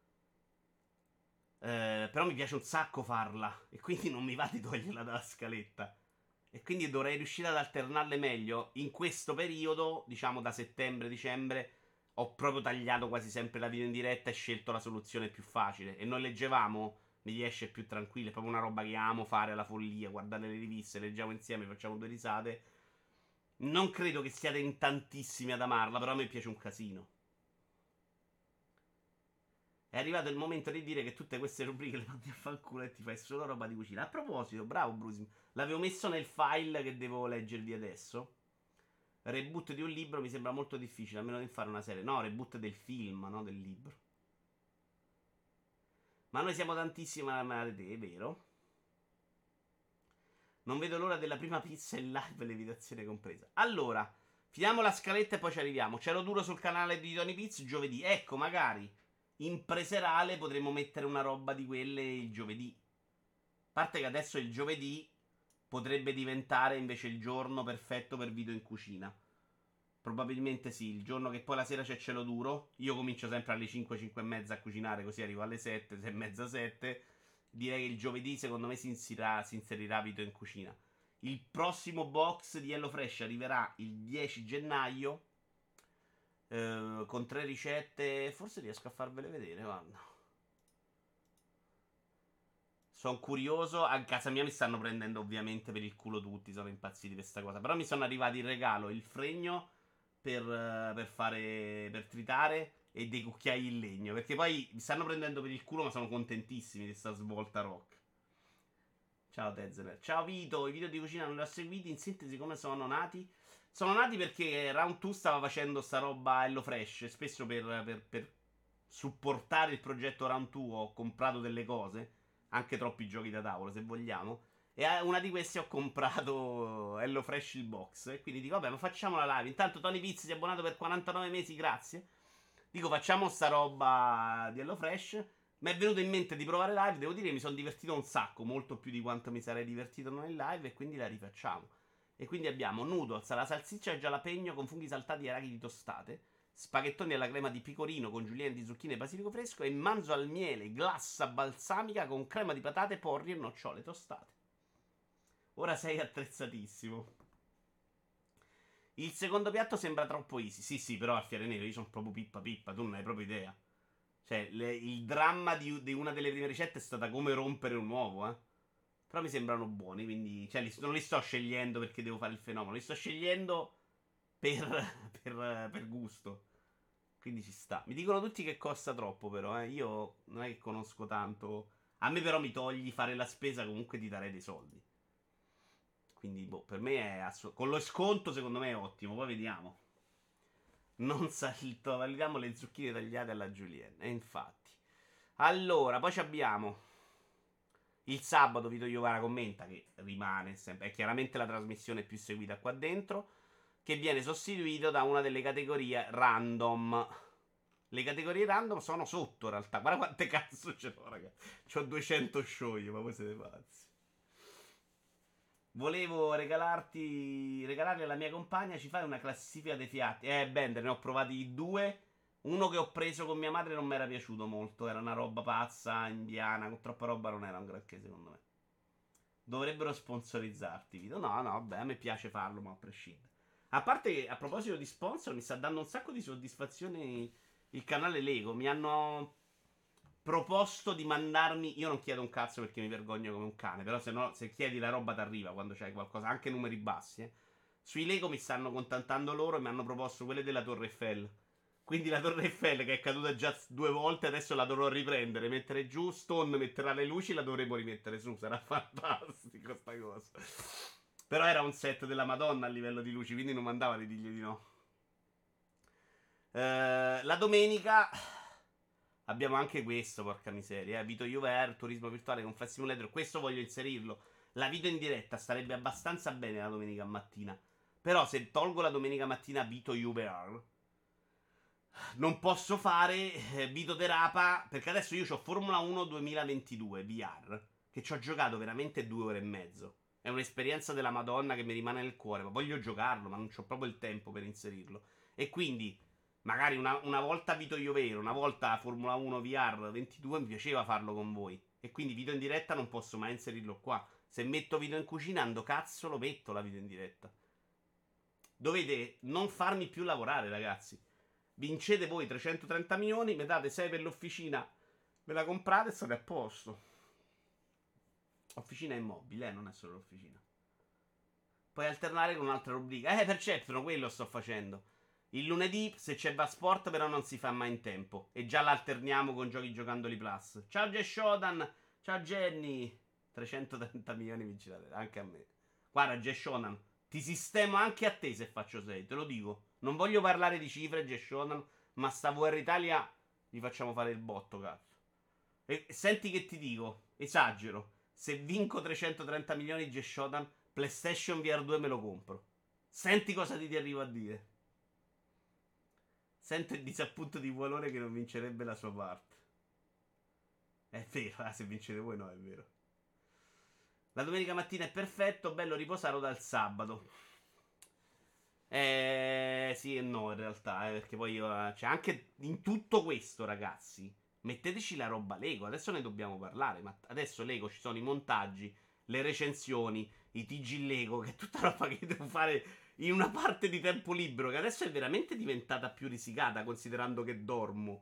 Eh, però mi piace un sacco farla e quindi non mi va di toglierla dalla scaletta. E quindi dovrei riuscire ad alternarle meglio. In questo periodo, diciamo da settembre-dicembre, ho proprio tagliato quasi sempre la video in diretta e scelto la soluzione più facile. E noi leggevamo, mi riesce più tranquillo, è proprio una roba che amo fare alla follia, guardare le riviste, leggiamo insieme, facciamo due risate. Non credo che siate in tantissimi ad amarla, però a me piace un casino. È arrivato il momento di dire che tutte queste rubriche le mandi a fanculo e ti fai solo roba di cucina. A proposito, bravo Brusim, l'avevo messo nel file che devo leggervi adesso. Reboot di un libro mi sembra molto difficile, a meno di fare una serie. No, reboot del film, no del libro. Ma noi siamo tantissimi alla male te, è vero? Non vedo l'ora della prima pizza in live, levitazione compresa. Allora, finiamo la scaletta e poi ci arriviamo. C'ero duro sul canale di Tony Pizz giovedì. Ecco, magari in preserale potremmo mettere una roba di quelle il giovedì. A parte che adesso il giovedì potrebbe diventare invece il giorno perfetto per video in cucina. Probabilmente sì, il giorno che poi la sera c'è cielo duro. Io comincio sempre alle cinque, cinque e mezza a cucinare, così arrivo alle sette, sei e mezza, sette. Direi che il giovedì secondo me si inserirà, si inserirà video in cucina. Il prossimo box di HelloFresh arriverà il dieci gennaio. Eh, con tre ricette. Forse riesco a farvele vedere, guarda. Sono curioso. A casa mia mi stanno prendendo ovviamente per il culo tutti. Sono impazziti per questa cosa. Però mi sono arrivati in regalo il fregno per, eh, per fare. Per tritare. E dei cucchiai in legno. Perché poi mi stanno prendendo per il culo, ma sono contentissimi di questa svolta rock. Ciao Tezeler. Ciao Vito. I video di cucina non li ho seguiti. In sintesi, come sono nati? Sono nati perché Round due stava facendo sta roba HelloFresh. Spesso per, per, per supportare il progetto Round due ho comprato delle cose. Anche troppi giochi da tavolo, se vogliamo. E a una di queste ho comprato HelloFresh il box. E quindi dico, vabbè, ma facciamo la live. Intanto Tony Pizzi si è abbonato per quarantanove mesi, grazie. Dico, facciamo sta roba di HelloFresh. Mi è venuto in mente di provare live. Devo dire che mi sono divertito un sacco, molto più di quanto mi sarei divertito nel live. E quindi la rifacciamo. E quindi abbiamo noodles alla salsiccia e jalapeno con funghi saltati e arachidi tostate. Spaghettoni alla crema di pecorino con julienne di zucchine e basilico fresco. E manzo al miele, glassa balsamica con crema di patate, porri e nocciole tostate. Ora sei attrezzatissimo. Il secondo piatto sembra troppo easy. Sì, sì, però a Fiere Nero io sono proprio pippa pippa. Tu non hai proprio idea. Cioè, le- il dramma di, di una delle prime ricette è stata come rompere un uovo, eh. Però mi sembrano buoni, quindi. Cioè, li- non li sto scegliendo perché devo fare il fenomeno. Li sto scegliendo per, per, per gusto. Quindi ci sta. Mi dicono tutti che costa troppo, però, eh. Io non è che conosco tanto. A me, però, mi togli fare la spesa, comunque ti darei dei soldi. Quindi, boh, per me è assolutamente. Con lo sconto, secondo me è ottimo. Poi vediamo. Non salto, validiamo le zucchine tagliate alla julienne. E infatti. Allora, poi ci abbiamo. Il sabato Vito Iovara commenta, che rimane sempre. È chiaramente la trasmissione più seguita qua dentro. Che viene sostituito da una delle categorie random. Le categorie random sono sotto in realtà. Guarda quante cazzo ce l'ho, raga. C'ho duecento show io, ma voi siete pazzi. Volevo regalarti. Regalarle alla mia compagna. Ci fai una classifica dei piatti. Eh, Bender, ne ho provati due. Uno che ho preso con mia madre non mi era piaciuto molto. Era una roba pazza, indiana. Con troppa roba non era un granché, secondo me. Dovrebbero sponsorizzarti, Vito. No, no, vabbè, a me piace farlo, ma a prescindere. A parte che, a proposito di sponsor, mi sta dando un sacco di soddisfazione il canale Lego. Mi hanno proposto di mandarmi. Io non chiedo un cazzo perché mi vergogno come un cane. Però se, no, se chiedi la roba ti arriva quando c'hai qualcosa, anche numeri bassi. Eh. Sui Lego mi stanno contattando loro e mi hanno proposto quelle della Torre Eiffel. Quindi la Torre Eiffel che è caduta già due volte, adesso la dovrò riprendere, mettere giù. Stone metterà le luci, la dovremo rimettere su. Sarà fantastico sta cosa. Però era un set della Madonna a livello di luci, quindi non mandava di dirgli di no. Eh, la domenica abbiamo anche questo, porca miseria. Eh. Vito Juver, turismo virtuale con Flight Simulator. Questo voglio inserirlo. La video in diretta starebbe abbastanza bene la domenica mattina. Però se tolgo la domenica mattina Vito Juver, non posso fare eh, Vito Derapa. Perché adesso io ho Formula uno duemilaventidue V R. Che ci ho giocato veramente due ore e mezzo. È un'esperienza della Madonna che mi rimane nel cuore. Ma voglio giocarlo, ma non ho proprio il tempo per inserirlo. E quindi, magari una, una volta Vito Iovero, una volta Formula uno V R ventidue, mi piaceva farlo con voi. E quindi video in diretta non posso mai inserirlo qua. Se metto video in cucina, ando cazzo, lo metto la video in diretta. Dovete non farmi più lavorare, ragazzi. Vincete voi trecentotrenta milioni, mi date sei per l'officina, ve la comprate e state a posto. Officina immobile, eh, non è solo l'officina. Puoi alternare con un'altra rubrica. Eh, Perception, quello sto facendo. Il lunedì, se c'è Va Sport, però non si fa mai in tempo. E già l'alterniamo con Giochi Giocandoli Plus. Ciao Jay Shodan. Ciao Jenny. trecentotrenta milioni vigilate. Anche a me. Guarda, Jay Shodan, ti sistemo anche a te se faccio sei. Te lo dico. Non voglio parlare di cifre, Jay Shodan. Ma sta V R Italia gli facciamo fare il botto, cazzo. E senti che ti dico. Esagero. Se vinco trecentotrenta milioni Jay Shodan, PlayStation V R due me lo compro. Senti cosa ti arrivo a dire. Sento il disappunto di Valore che non vincerebbe la sua parte. È vero, ah, se vincete voi no, è vero. La domenica mattina è perfetto, bello riposarlo dal sabato. Eh, sì e no in realtà, eh, perché poi uh, c'è anche in tutto questo, ragazzi. Metteteci la roba Lego, adesso ne dobbiamo parlare, ma adesso Lego ci sono i montaggi, le recensioni, i T G Lego, che è tutta roba che devo fare in una parte di tempo libero, che adesso è veramente diventata più risicata, considerando che dormo.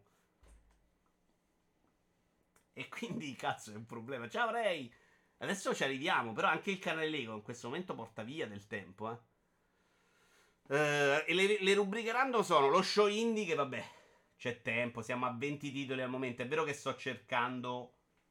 E quindi, cazzo, è un problema. Ciao Ray! Adesso ci arriviamo, però anche il canale Lego in questo momento porta via del tempo, eh. Eh, e le, le rubriche random sono lo show indie, che vabbè, c'è tempo, siamo a venti titoli al momento. È vero che sto cercando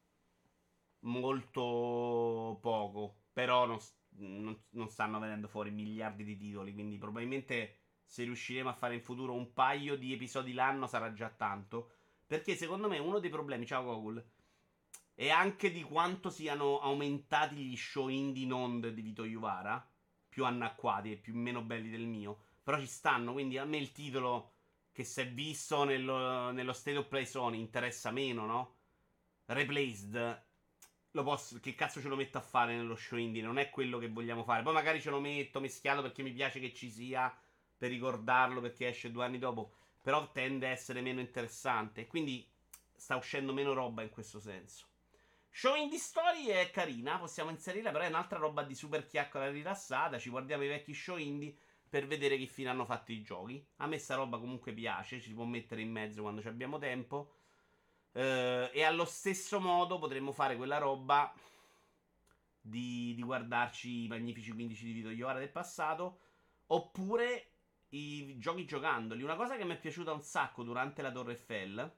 molto poco, però non, non, non stanno venendo fuori miliardi di titoli, quindi probabilmente se riusciremo a fare in futuro un paio di episodi l'anno sarà già tanto. Perché secondo me uno dei problemi, ciao Gogol, è anche di quanto siano aumentati gli show indie non di Vito Iuvara, più anacquati e più meno belli del mio. Però ci stanno, quindi a me il titolo che si è visto nello, nello State of Play Sony interessa meno, no? Replaced, lo posso, che cazzo ce lo metto a fare nello show indie? Non è quello che vogliamo fare. Poi magari ce lo metto mischiato perché mi piace che ci sia, per ricordarlo perché esce due anni dopo. Però tende a essere meno interessante. Quindi sta uscendo meno roba in questo senso. Show Indie Story è carina, possiamo inserirla, però è un'altra roba di super chiacchiera rilassata. Ci guardiamo i vecchi show indie per vedere che fine hanno fatto i giochi. A me sta roba comunque piace, ci si può mettere in mezzo quando ci abbiamo tempo. Eh, e allo stesso modo potremmo fare quella roba di, di guardarci i Magnifici quindici di Vito Iovara del passato, oppure i giochi giocandoli. Una cosa che mi è piaciuta un sacco durante la Torre Eiffel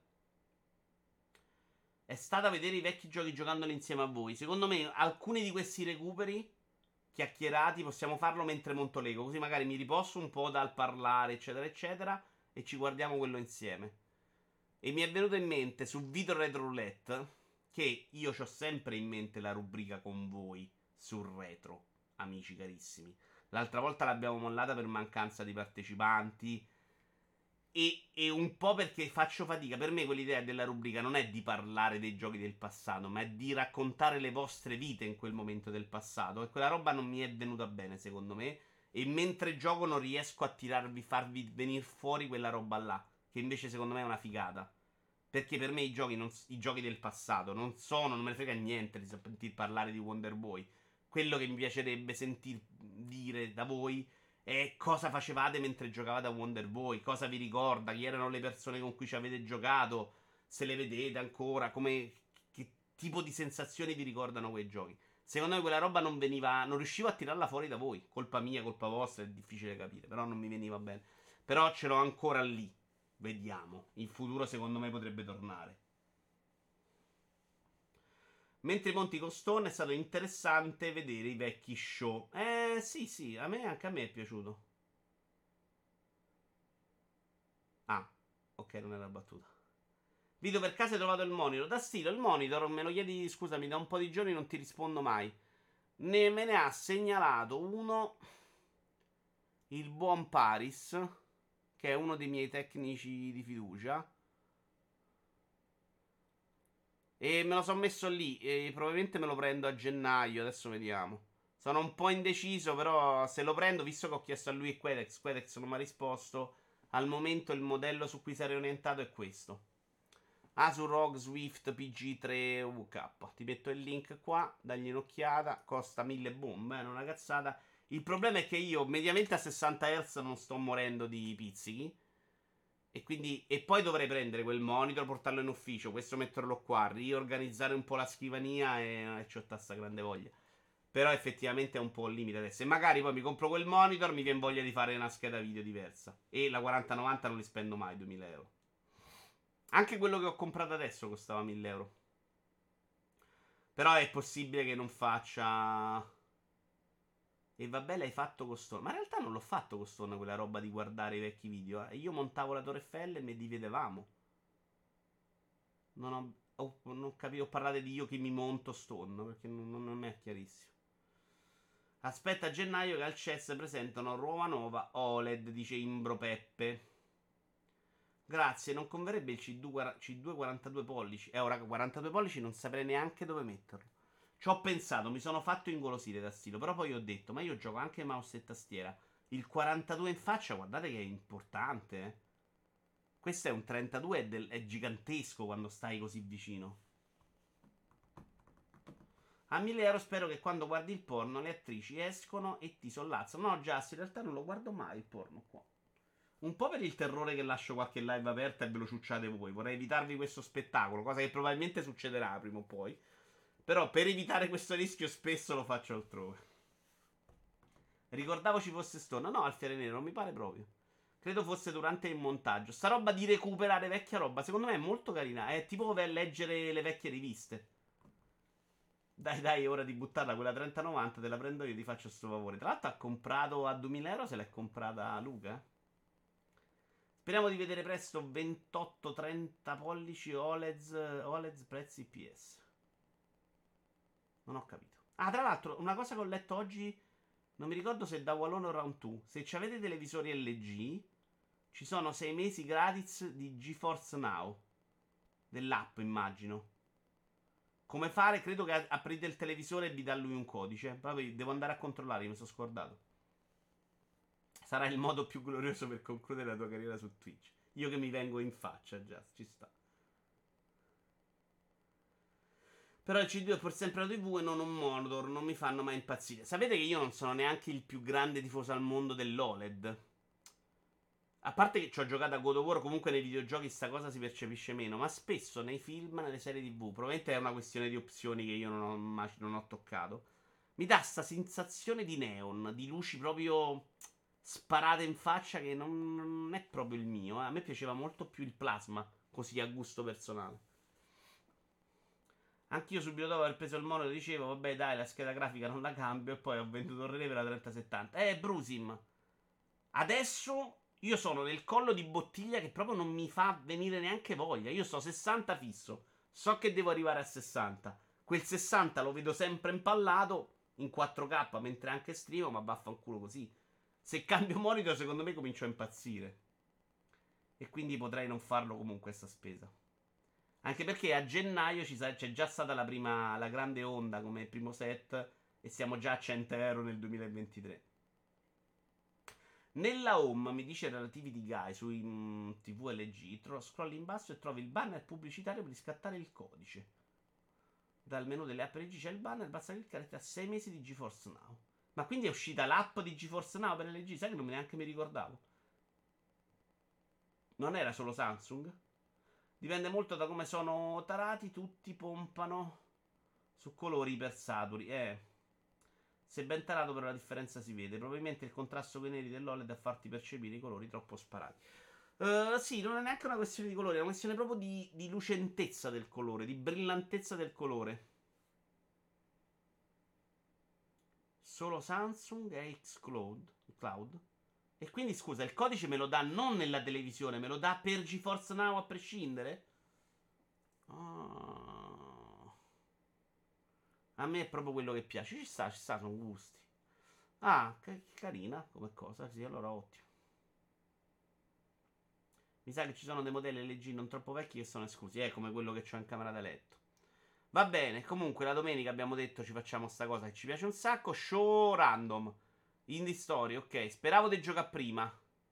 è stata vedere i vecchi giochi giocandoli insieme a voi. Secondo me alcuni di questi recuperi chiacchierati possiamo farlo mentre monto Lego, così magari mi riposo un po' dal parlare eccetera eccetera e ci guardiamo quello insieme. E mi è venuto in mente su Vito Retro Roulette che io ho sempre in mente la rubrica con voi sul retro, amici carissimi. L'altra volta l'abbiamo mollata per mancanza di partecipanti. E, e un po' perché faccio fatica. Per me quell'idea della rubrica non è di parlare dei giochi del passato, ma è di raccontare le vostre vite in quel momento del passato. E quella roba non mi è venuta bene, secondo me. E mentre gioco non riesco a tirarvi, farvi venire fuori quella roba là. Che invece secondo me è una figata. Perché per me i giochi, non, i giochi del passato non sono, non me ne frega niente di sentir parlare di Wonder Boy. Quello che mi piacerebbe sentir dire da voi è cosa facevate mentre giocavate a Wonder Boy, cosa vi ricorda, chi erano le persone con cui ci avete giocato, se le vedete ancora, come, che tipo di sensazioni vi ricordano quei giochi. Secondo me quella roba non veniva, non riuscivo a tirarla fuori da voi, colpa mia, colpa vostra, è difficile capire, però non mi veniva bene. Però ce l'ho ancora lì, vediamo, in futuro secondo me potrebbe tornare. Mentre Monti con Stone è stato interessante vedere i vecchi show. Eh sì sì, a me anche a me è piaciuto. Ah, ok, non era battuta. Video per caso hai trovato il monitor? Da stilo, il monitor me lo chiedi, scusami, da un po' di giorni non ti rispondo mai. Ne, me ne ha segnalato uno il buon Paris, che è uno dei miei tecnici di fiducia. E me lo sono messo lì. E probabilmente me lo prendo a gennaio. Adesso vediamo. Sono un po' indeciso. Però se lo prendo, visto che ho chiesto a lui e Quedex, Quedex non mi ha risposto. Al momento il modello su cui sarei orientato è questo. Asus R O G Swift P G tre U K. Ti metto il link qua. Dagli un'occhiata. Costa mille bombe. Eh, non una cazzata. Il problema è che io mediamente a sessanta hertz non sto morendo di pizzichi. E quindi, e poi dovrei prendere quel monitor, portarlo in ufficio, questo metterlo qua, riorganizzare un po' la scrivania e, e c'ho tanta grande voglia. Però effettivamente è un po' al limite adesso. E magari poi mi compro quel monitor, mi viene voglia di fare una scheda video diversa. E la quaranta novanta non li spendo mai, duemila euro. Anche quello che ho comprato adesso costava mille euro. Però è possibile che non faccia... E vabbè, l'hai fatto con Stone. Ma in realtà non l'ho fatto con Stone quella roba di guardare i vecchi video. Eh. Io montavo la Torre Eiffel e mi dividevamo. Non ho, ho, non ho capito, parlate di io che mi monto Stone, perché non, non, non è chiarissimo. Aspetta a gennaio che al C E S presentano Roma Nova O L E D, dice Imbro Peppe. Grazie, non converrebbe il C due quarantadue pollici. Eh, ora quarantadue pollici non saprei neanche dove metterlo. Ci ho pensato, mi sono fatto ingolosire da stilo, però poi ho detto, ma io gioco anche mouse e tastiera. Il quarantadue in faccia, guardate che è importante, eh. Questo è un trentadue, è, del, è gigantesco quando stai così vicino. A mille euro spero che quando guardi il porno le attrici escono e ti sollazzano. No, già, in realtà non lo guardo mai il porno qua. Un po' per il terrore che lascio qualche live aperta e ve lo ciucciate voi. Vorrei evitarvi questo spettacolo, cosa che probabilmente succederà prima o poi. Però per evitare questo rischio spesso lo faccio altrove. Ricordavo ci fosse Stone. No, Alfiere Nero, non mi pare proprio. Credo fosse durante il montaggio. Sta roba di recuperare vecchia roba, secondo me è molto carina. È tipo per leggere le vecchie riviste. Dai, dai, è ora di buttarla quella trenta novanta, te la prendo io, ti faccio sto favore. Tra l'altro ha comprato a duemila euro, se l'è comprata Luca. Speriamo di vedere presto ventotto trenta pollici O L E D, O L E D prezzi P S. Non ho capito. Ah, tra l'altro, una cosa che ho letto oggi, non mi ricordo se da Wallone o Round due. Se avete televisori L G, ci sono sei mesi gratis di GeForce Now. Dell'app, immagino. Come fare? Credo che aprite il televisore e vi dà lui un codice. Poi devo andare a controllare, mi sono scordato. Sarà il modo più glorioso per concludere la tua carriera su Twitch. Io che mi vengo in faccia, già, ci sta. Però il C due è pur sempre la T V e non un monitor, non mi fanno mai impazzire. Sapete che io non sono neanche il più grande tifoso al mondo dell'O L E D. A parte che ci ho giocato a God of War, comunque nei videogiochi sta cosa si percepisce meno, ma spesso nei film, nelle serie T V, probabilmente è una questione di opzioni che io non ho, non ho toccato, mi dà sta sensazione di neon, di luci proprio sparate in faccia che non, non è proprio il mio. Eh. A me piaceva molto più il plasma, così a gusto personale. Anch'io subito dopo aver preso il monitor dicevo, vabbè dai, la scheda grafica non la cambio e poi ho venduto il Reve la trenta settanta. Eh, Brusim, adesso io sono nel collo di bottiglia che proprio non mi fa venire neanche voglia. Io sto sessanta fisso, so che devo arrivare a sessanta. Quel sessanta lo vedo sempre impallato in quattro K mentre anche streamo, ma vaffanculo così. Se cambio monitor secondo me comincio a impazzire. E quindi potrei non farlo comunque sta spesa. Anche perché a gennaio ci sa- c'è già stata la prima, la grande onda come primo set e siamo già a cento euro nel duemilaventitré. Nella home mi dice Relativity Guy sui mm, T V L G, tro- scrolli in basso e trovi il banner pubblicitario per riscattare il codice. Dal menu delle app L G c'è il banner, basta cliccare e ti ha sei mesi di GeForce Now. Ma quindi è uscita l'app di GeForce Now per L G? Sai che non me neanche mi ricordavo. Non era solo Samsung? Dipende molto da come sono tarati, tutti pompano su colori ipersaturi. Eh. Se ben tarato però la differenza si vede. Probabilmente il contrasto con i neri dell'O L E D a farti percepire i colori troppo sparati. Uh, sì, non è neanche una questione di colore, è una questione proprio di, di lucentezza del colore, di brillantezza del colore. Solo Samsung e Xcloud Cloud. E quindi scusa, il codice me lo dà non nella televisione, me lo dà per GeForce Now a prescindere? Oh. A me è proprio quello che piace. Ci sta, ci sta, sono gusti. Ah, che carina come cosa. Sì, allora ottimo. Mi sa che ci sono dei modelli L G non troppo vecchi che sono esclusi. È come quello che ho in camera da letto. Va bene, comunque la domenica abbiamo detto ci facciamo sta cosa che ci piace un sacco. Show random. Indie Story, ok. Speravo di giocare prima.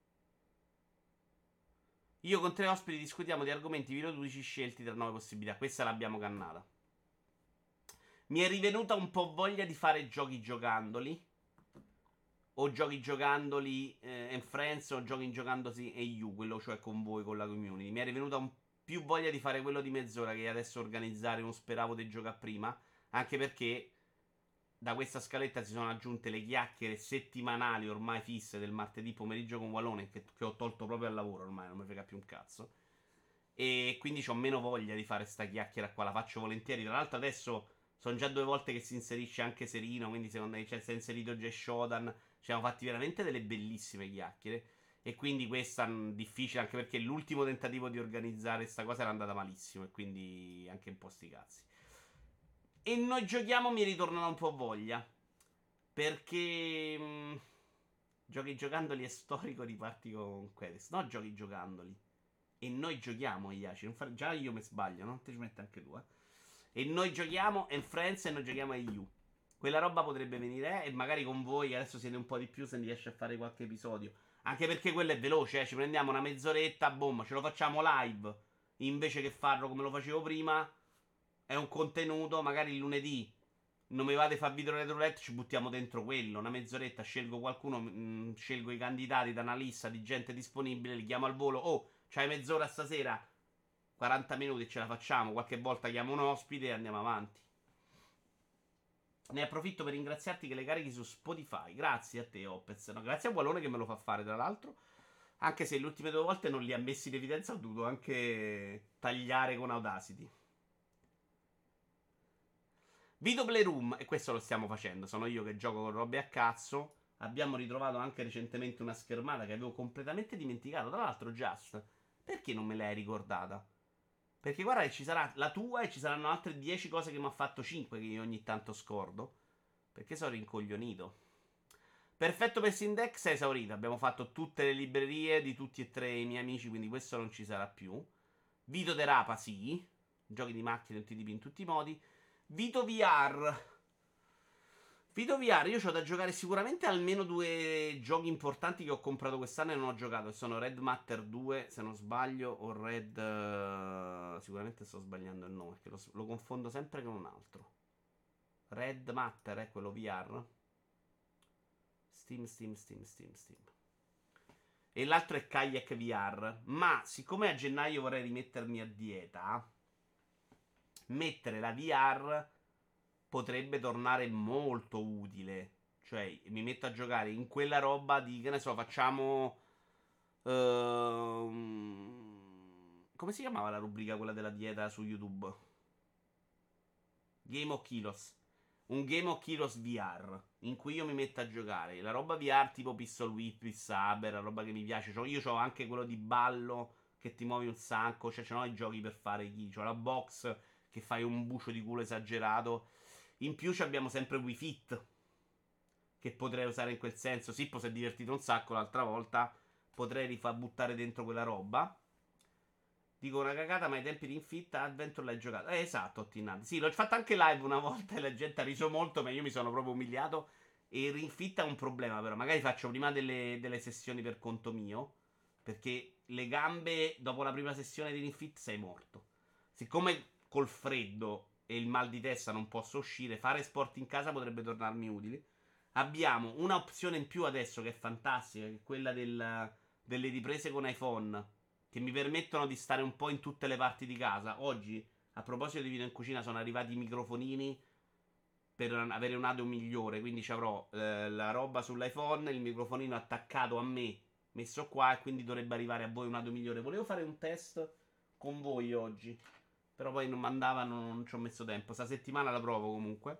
Io con tre ospiti discutiamo di argomenti videoludici scelti tra nove possibilità. Questa l'abbiamo cannata. Mi è rivenuta un po' voglia di fare giochi giocandoli. O giochi giocandoli eh, in Friends o giochi giocandosi E U, quello cioè con voi, con la community. Mi è rivenuta un, più voglia di fare quello di mezz'ora che adesso organizzare uno speravo di giocare prima. Anche perché da questa scaletta si sono aggiunte le chiacchiere settimanali ormai fisse del martedì pomeriggio con Walone, che, che ho tolto proprio al lavoro ormai, non mi frega più un cazzo. E quindi ho meno voglia di fare sta chiacchiera qua, la faccio volentieri. Tra l'altro adesso sono già due volte che si inserisce anche Serino, quindi secondo me cioè, si è inserito Jay Shodan. Ci siamo fatti veramente delle bellissime chiacchiere. E quindi questa è difficile anche perché l'ultimo tentativo di organizzare sta cosa era andata malissimo. E quindi anche un po' sti cazzi. E noi giochiamo mi ritornano un po' voglia. Perché... mh, giochi giocandoli è storico riparti con Quedes. No, giochi giocandoli. E noi giochiamo Iaci. Non fare... Già io mi sbaglio, no? Te ci metti anche tu, eh. E noi giochiamo in Friends e noi giochiamo a E U. Quella roba potrebbe venire, eh, e magari con voi, che adesso siete un po' di più, se ne riesce a fare qualche episodio. Anche perché quello è veloce, eh. Ci prendiamo una mezz'oretta, boom, ce lo facciamo live. Invece che farlo come lo facevo prima. È un contenuto, magari il lunedì non mi vate a fare video retro roulette, ci buttiamo dentro quello. Una mezz'oretta, scelgo qualcuno, mh, scelgo i candidati da una lista di gente disponibile, li chiamo al volo. Oh, c'hai mezz'ora stasera? quaranta minuti ce la facciamo. Qualche volta chiamo un ospite e andiamo avanti. Ne approfitto per ringraziarti che le carichi su Spotify. Grazie a te, Opez. No, grazie a Wallone che me lo fa fare, tra l'altro. Anche se le ultime due volte non li ha messi in evidenza, ho dovuto anche tagliare con Audacity. Video Playroom, e questo lo stiamo facendo. Sono io che gioco con robe a cazzo. Abbiamo ritrovato anche recentemente una schermata che avevo completamente dimenticato. Tra l'altro, Just, perché non me l'hai ricordata? Perché guarda che ci sarà la tua e ci saranno altre dieci cose che mi ha fatto cinque che io ogni tanto scordo. Perché sono rincoglionito. Perfetto per Sindex è esaurito. Abbiamo fatto tutte le librerie di tutti e tre i miei amici, quindi questo non ci sarà più. Vito Derapa, sì. Giochi di macchine tutti tipi in tutti i modi. Vito V R. Vito V R, io ho da giocare sicuramente almeno due giochi importanti che ho comprato quest'anno e non ho giocato. Sono Red Matter due, se non sbaglio, o Red... Uh, sicuramente sto sbagliando il nome, perché lo, lo confondo sempre con un altro. Red Matter è quello V R. Steam, Steam, Steam, Steam, Steam. E l'altro è Kayak V R. Ma siccome a gennaio vorrei rimettermi a dieta, mettere la V R potrebbe tornare molto utile. Cioè, mi metto a giocare in quella roba di, che ne so, facciamo... ehm, come si chiamava la rubrica quella della dieta su YouTube? Game of Kilos. Un Game of Kilos V R in cui io mi metto a giocare. La roba V R tipo Pistol Whip, Saber, la roba che mi piace. Cioè, io ho anche quello di ballo che ti muovi un sacco. Cioè, ce n'ho i giochi per fare chi. C'ho la box che fai un bucio di culo esagerato. In più abbiamo sempre Wii Fit, che potrei usare in quel senso. Sippo si è divertito un sacco l'altra volta. Potrei rifar buttare dentro quella roba. Dico una cagata, ma ai tempi di Infit Adventure l'hai giocato. Eh, esatto, Ottinad. Sì, l'ho fatto anche live una volta e la gente ha riso molto, ma io mi sono proprio umiliato. E Ring Fit è un problema, però. Magari faccio prima delle, delle sessioni per conto mio. Perché le gambe, dopo la prima sessione di Ring Fit, sei morto. Siccome col freddo e il mal di testa non posso uscire, fare sport in casa potrebbe tornarmi utile. Abbiamo una opzione in più adesso che è fantastica, che è quella del, delle riprese con iPhone, che mi permettono di stare un po' in tutte le parti di casa. Oggi, a proposito di video in cucina, sono arrivati i microfonini per avere un audio migliore. Quindi ci avrò eh, la roba sull'iPhone, il microfonino attaccato a me, messo qua, e quindi dovrebbe arrivare a voi un audio migliore. Volevo fare un test con voi oggi, però poi non mandavano, non ci ho messo tempo. Sta settimana la provo comunque.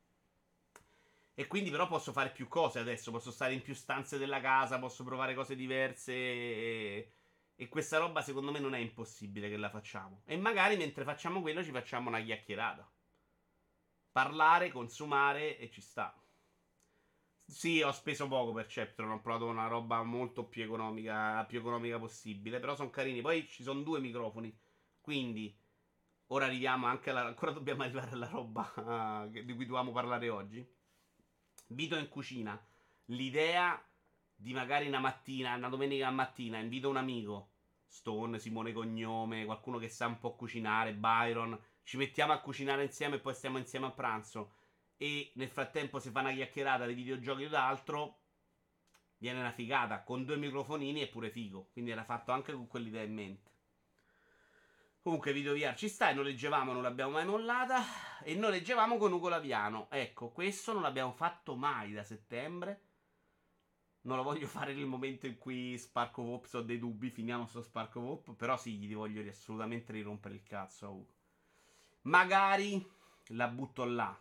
E quindi però posso fare più cose adesso. Posso stare in più stanze della casa, posso provare cose diverse. E, e questa roba secondo me non è impossibile che la facciamo. E magari mentre facciamo quello ci facciamo una chiacchierata. Parlare, consumare e ci sta. Sì, ho speso poco per Sceptron, ho provato una roba molto più economica, più economica possibile. Però sono carini. Poi ci sono due microfoni. Quindi ora arriviamo anche alla... Ancora dobbiamo arrivare alla roba uh, di cui dovevamo parlare oggi. Vito in cucina. L'idea di magari una mattina, una domenica mattina, invito un amico, Stone, Simone Cognome, qualcuno che sa un po' cucinare, Byron, ci mettiamo a cucinare insieme e poi stiamo insieme a pranzo. E nel frattempo si fa una chiacchierata di videogiochi o d'altro. Viene una figata. Con due microfonini è pure figo. Quindi era fatto anche con quell'idea in mente. Comunque Video V R ci sta e noleggevamo, non l'abbiamo mai mollata. E noleggevamo con Ugo Laviano. Ecco, questo non l'abbiamo fatto mai da settembre. Non lo voglio fare nel momento in cui Spark of Hope ho dei dubbi, finiamo sto Spark of Hope. Però sì, gli voglio assolutamente rirompere il cazzo a Ugo. Magari la butto là.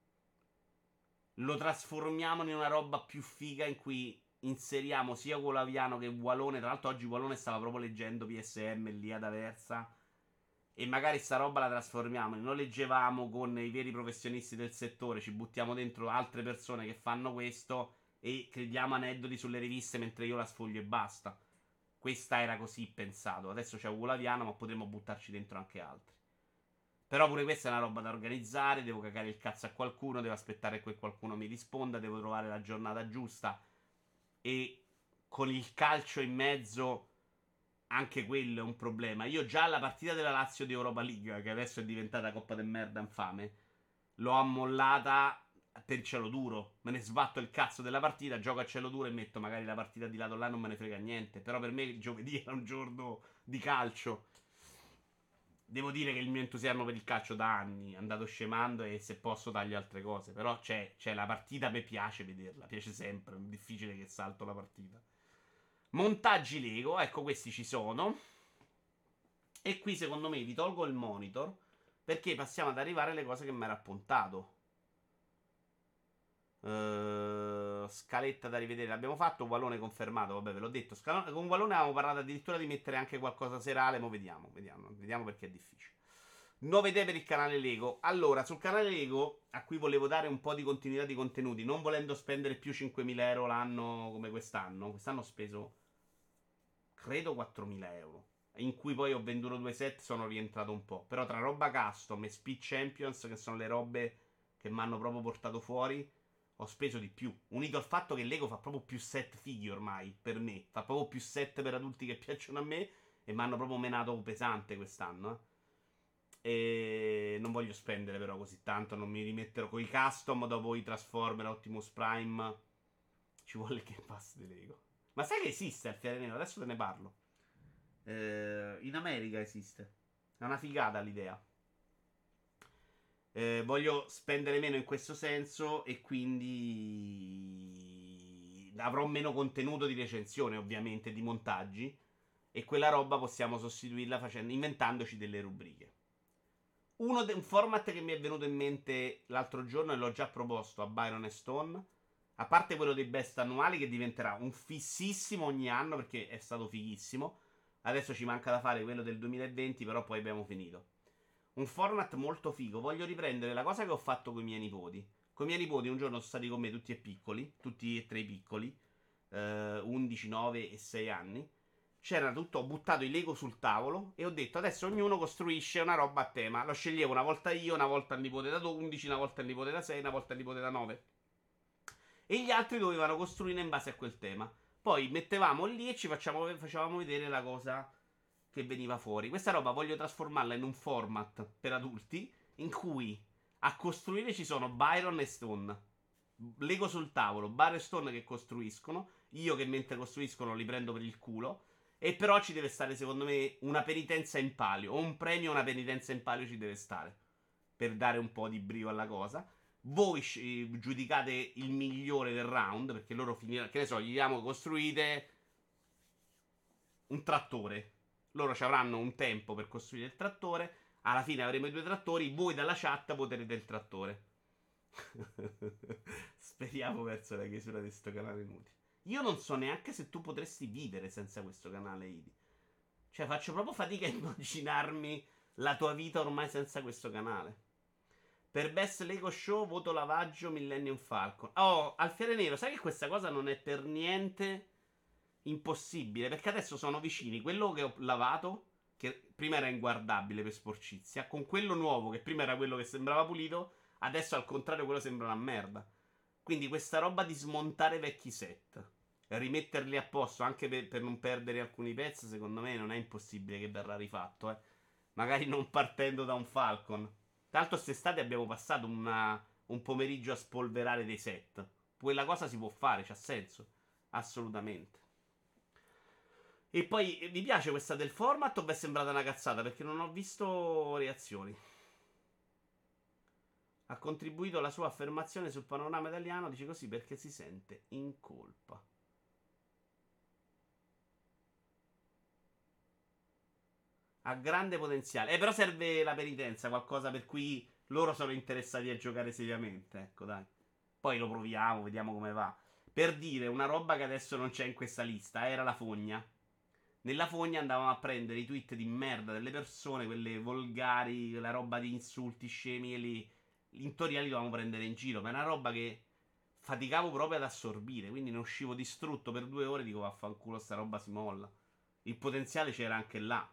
Lo trasformiamo in una roba più figa in cui inseriamo sia Ugo Laviano che Walone. Tra l'altro oggi Walone stava proprio leggendo P S M lì ad Aversa. E magari sta roba la trasformiamo. Noi leggevamo con i veri professionisti del settore. Ci buttiamo dentro altre persone che fanno questo. E crediamo aneddoti sulle riviste mentre io la sfoglio e basta. Questa era così pensato. Adesso c'è Ugo Laviano, ma potremmo buttarci dentro anche altri. Però pure questa è una roba da organizzare. Devo cagare il cazzo a qualcuno. Devo aspettare che quel qualcuno mi risponda. Devo trovare la giornata giusta. E con il calcio in mezzo, anche quello è un problema. Io già la partita della Lazio di Europa League, che adesso è diventata Coppa del Merda infame, l'ho ammollata per cielo duro. Me ne sbatto il cazzo della partita, gioco a cielo duro e metto magari la partita di lato là, non me ne frega niente. Però per me giovedì era un giorno di calcio. Devo dire che il mio entusiasmo per il calcio da anni è andato scemando e se posso taglio altre cose. Però c'è, c'è la partita, mi piace vederla, piace sempre, è difficile che salto la partita. Montaggi Lego, ecco questi ci sono. E qui secondo me vi tolgo il monitor perché passiamo ad arrivare alle cose che mi era appuntato. Uh, scaletta da rivedere l'abbiamo fatto. Wallone confermato, vabbè ve l'ho detto. Scal- con Wallone avevamo parlato addirittura di mettere anche qualcosa serale. Ma vediamo, vediamo, vediamo perché è difficile. Nuove idee per il canale Lego. Allora, sul canale Lego, a cui volevo dare un po' di continuità di contenuti, non volendo spendere più cinquemila euro l'anno come quest'anno. Quest'anno ho speso credo quattromila euro, in cui poi ho venduto due set, sono rientrato un po'. Però tra roba custom e Speed Champions, che sono le robe che mi hanno proprio portato fuori, ho speso di più. Unito al fatto che Lego fa proprio più set fighi ormai, per me. Fa proprio più set per adulti che piacciono a me e mi hanno proprio menato pesante quest'anno, eh. E non voglio spendere però così tanto, non mi rimetterò con i custom dopo i Transformer, Optimus Prime. Ci vuole il Game Pass di Lego. Ma sai che esiste il Fiere Nero? Adesso te ne parlo. Eh, in America esiste. È una figata l'idea. Eh, voglio spendere meno in questo senso e quindi avrò meno contenuto di recensione, ovviamente, di montaggi. E quella roba possiamo sostituirla facendo, inventandoci delle rubriche. Uno de- un format che mi è venuto in mente l'altro giorno e l'ho già proposto a Byron e Stone. A parte quello dei best annuali che diventerà un fississimo ogni anno perché è stato fighissimo. Adesso ci manca da fare quello del duemilaventi, però poi abbiamo finito. Un format molto figo. Voglio riprendere la cosa che ho fatto con i miei nipoti. Con i miei nipoti un giorno sono stati con me tutti e piccoli, tutti e tre piccoli, eh, undici, nove e sei anni. C'era tutto, ho buttato i Lego sul tavolo e ho detto adesso ognuno costruisce una roba a tema. Lo sceglievo una volta io, una volta il nipote da undici, una volta il nipote da sei, una volta il nipote da nove. E gli altri dovevano costruire in base a quel tema. Poi mettevamo lì e ci facciamo, facevamo vedere la cosa che veniva fuori. Questa roba voglio trasformarla in un format per adulti in cui a costruire ci sono Byron e Stone. Lego sul tavolo, Byron e Stone che costruiscono. Io che mentre costruiscono li prendo per il culo. E però ci deve stare, secondo me, una penitenza in palio. O un premio o una penitenza in palio ci deve stare. Per dare un po' di brio alla cosa. Voi giudicate il migliore del round. Perché loro finiranno. Che ne so, gli diamo costruite un trattore. Loro ci avranno un tempo per costruire il trattore. Alla fine avremo i due trattori. Voi dalla chat voterete il trattore. Speriamo verso la chiusura di sto canale inutile. Io non so neanche se tu potresti vivere senza questo canale, Idi. Cioè, faccio proprio fatica a immaginarmi la tua vita ormai senza questo canale. Per Best Lego Show voto lavaggio Millennium Falcon. Oh, Alfiere Nero, sai che questa cosa non è per niente impossibile? Perché adesso sono vicini quello che ho lavato, che prima era inguardabile per sporcizia, con quello nuovo, che prima era quello che sembrava pulito, adesso al contrario quello sembra una merda. Quindi questa roba di smontare vecchi set, rimetterli a posto anche per, per non perdere alcuni pezzi, secondo me non è impossibile che verrà rifatto, eh. Magari non partendo da un Falcon. Tra l'altro quest'estate abbiamo passato una, un pomeriggio a spolverare dei set. Quella cosa si può fare, c'ha senso. Assolutamente. E poi eh, vi piace questa del format o vi è sembrata una cazzata? Perché non ho visto reazioni. Ha contribuito alla sua affermazione sul panorama italiano, dice così perché si sente in colpa. Ha grande potenziale. Eh, però serve la penitenza, qualcosa per cui loro sono interessati a giocare seriamente. Ecco, dai. Poi lo proviamo, vediamo come va. Per dire una roba che adesso non c'è in questa lista, era la fogna. Nella fogna andavamo a prendere i tweet di merda delle persone, quelle volgari, la roba di insulti scemi e li, in teoria li dovevamo prendere in giro, ma è una roba che faticavo proprio ad assorbire, quindi ne uscivo distrutto per due ore, dico vaffanculo sta roba si molla. Il potenziale c'era anche là.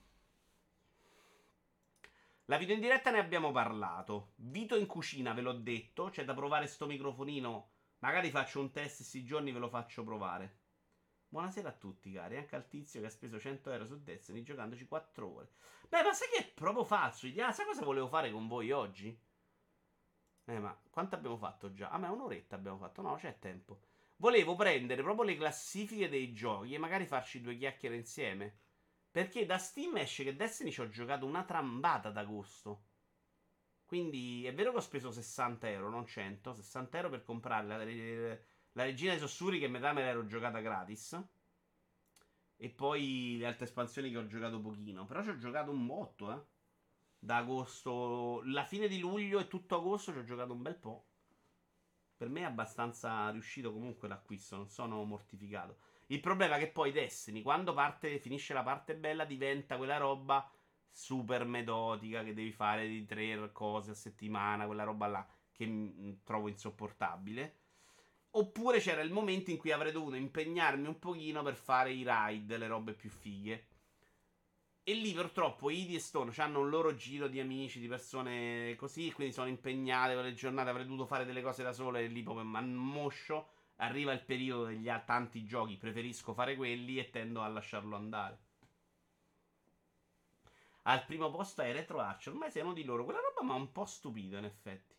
La video in diretta ne abbiamo parlato. Vito in cucina, ve l'ho detto, c'è da provare sto microfonino. Magari faccio un test questi giorni, ve lo faccio provare. Buonasera a tutti, cari. Anche al tizio che ha speso cento euro su Destiny giocandoci quattro ore. Beh, ma sai che è proprio falso? Ah, sai cosa volevo fare con voi oggi? Eh, ma quanto abbiamo fatto già? Ah, ma un'oretta abbiamo fatto. No, c'è tempo. Volevo prendere proprio le classifiche dei giochi e magari farci due chiacchiere insieme. Perché da Steam esce che Destiny ci ho giocato una trambata d'agosto. Quindi è vero che ho speso sessanta euro, non cento. sessanta euro per comprare la, la Regina dei Sussurri che metà me l'ero giocata gratis. E poi le altre espansioni che ho giocato pochino. Però ci ho giocato un botto, eh. Da agosto, la fine di luglio e tutto agosto ci ho giocato un bel po'. Per me è abbastanza riuscito comunque l'acquisto, non sono mortificato. Il problema è che poi Destiny, quando parte, finisce la parte bella, diventa quella roba super metodica che devi fare di tre cose a settimana, quella roba là che m- trovo insopportabile. Oppure c'era il momento in cui avrei dovuto impegnarmi un pochino per fare i raid, le robe più fighe. E lì purtroppo Idi e Stone hanno un loro giro di amici, di persone così, quindi sono impegnate per le giornate, avrei dovuto fare delle cose da solo e lì proprio mi ammoscio. Arriva il periodo degli a- tanti giochi, preferisco fare quelli e tendo a lasciarlo andare. Al primo posto è Retro Archer, ormai sei uno di loro. Quella roba mi ha un po' stupito in effetti.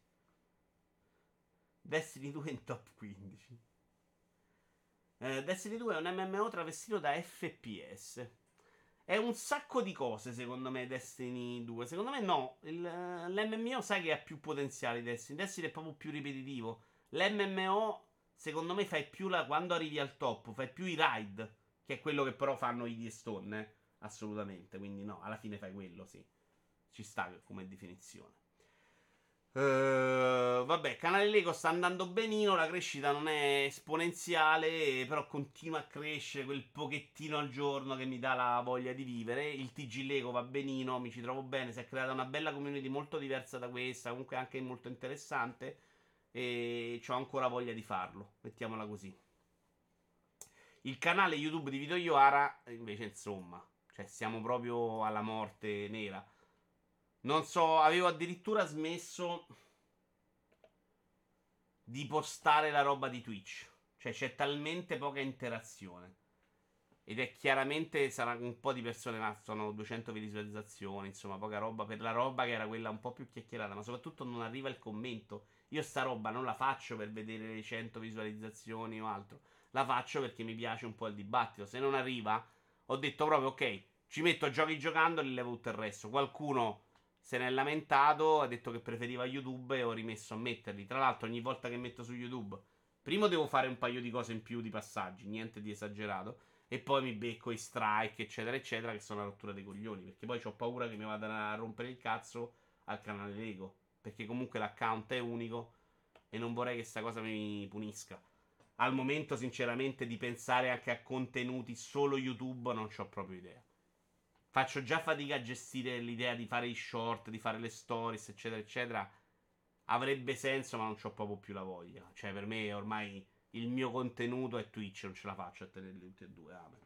Destiny due in top quindici. Eh, Destiny due è un M M O travestito da F P S. È un sacco di cose, secondo me, Destiny due. Secondo me no. Il, L'M M O sai che ha più potenziale di Destiny. Destiny è proprio più ripetitivo. L'M M O, secondo me, fai più la, quando arrivi al top, fai più i raid. Che è quello che però fanno i di Stone, eh. Assolutamente. Quindi no, alla fine fai quello, sì. Ci sta come definizione. Uh, vabbè, canale Lego sta andando benino, la crescita non è esponenziale, però continua a crescere quel pochettino al giorno che mi dà la voglia di vivere. Il T G Lego va benino, mi ci trovo bene, si è creata una bella community molto diversa da questa, comunque anche molto interessante e ho ancora voglia di farlo, mettiamola così. Il canale YouTube di Vito Ioara, invece, insomma, cioè siamo proprio alla morte nera. Non so, avevo addirittura smesso di postare la roba di Twitch. Cioè c'è talmente poca interazione. Ed è chiaramente sarà un po' di persone, ma sono duecento visualizzazioni, insomma, poca roba per la roba che era quella un po' più chiacchierata, ma soprattutto non arriva il commento. Io sta roba non la faccio per vedere le cento visualizzazioni o altro. La faccio perché mi piace un po' il dibattito. Se non arriva, ho detto proprio ok, ci metto giochi giocando e li levo tutto il resto. Qualcuno se n'è lamentato, ha detto che preferiva YouTube e ho rimesso a metterli. Tra l'altro, ogni volta che metto su YouTube, primo devo fare un paio di cose in più di passaggi, niente di esagerato. E poi mi becco i strike, eccetera, eccetera, che sono la rottura dei coglioni. Perché poi ho paura che mi vadano a rompere il cazzo al canale Lego. Perché comunque l'account è unico e non vorrei che questa cosa mi punisca. Al momento, sinceramente, di pensare anche a contenuti solo YouTube non ho proprio idea. Faccio già fatica a gestire l'idea di fare i short, di fare le stories, eccetera, eccetera. Avrebbe senso, ma non ho proprio più la voglia. Cioè, per me ormai il mio contenuto è Twitch, non ce la faccio a tenerli tutti e due. Amen.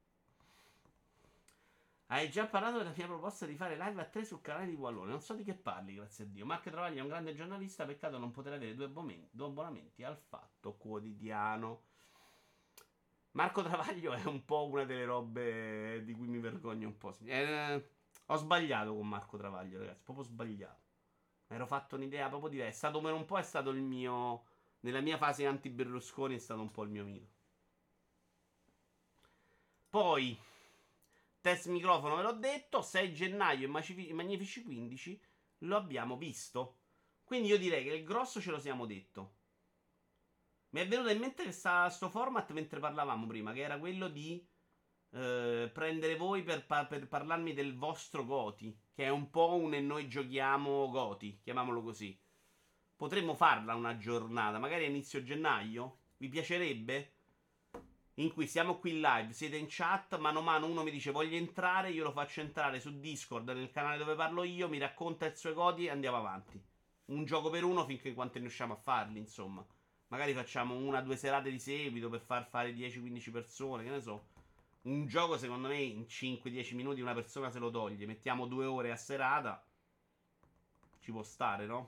Hai già parlato della mia proposta di fare live a tre sul canale di Wallone. Non so di che parli, grazie a Dio. Marco Travaglia è un grande giornalista. Peccato non poter avere due, abbonamenti, due abbonamenti al Fatto Quotidiano. Marco Travaglio è un po' una delle robe di cui mi vergogno un po'. Eh, ho sbagliato con Marco Travaglio, ragazzi. Proprio sbagliato. Mi ero fatto un'idea proprio diversa. È stato per un po', è stato il mio. Nella mia fase anti-Berlusconi è stato un po' il mio mito. Poi, test microfono ve l'ho detto, sei gennaio e Maci- Magnifici quindici lo abbiamo visto. Quindi io direi che il grosso ce lo siamo detto. Mi è venuto in mente che sta sto format mentre parlavamo prima, che era quello di eh, prendere voi per, pa- per parlarmi del vostro Goti, che è un po' un e noi giochiamo Goti, chiamiamolo così. Potremmo farla una giornata, magari a inizio gennaio? Vi piacerebbe? In cui siamo qui live, siete in chat, mano a mano uno mi dice voglio entrare, io lo faccio entrare su Discord, nel canale dove parlo io, mi racconta il suo Goti e andiamo avanti. Un gioco per uno finché quanto ne riusciamo a farli, insomma. Magari facciamo una o due serate di seguito per far fare dieci quindici persone, che ne so. Un gioco, secondo me, in cinque dieci minuti una persona se lo toglie. Mettiamo due ore a serata. Ci può stare, no?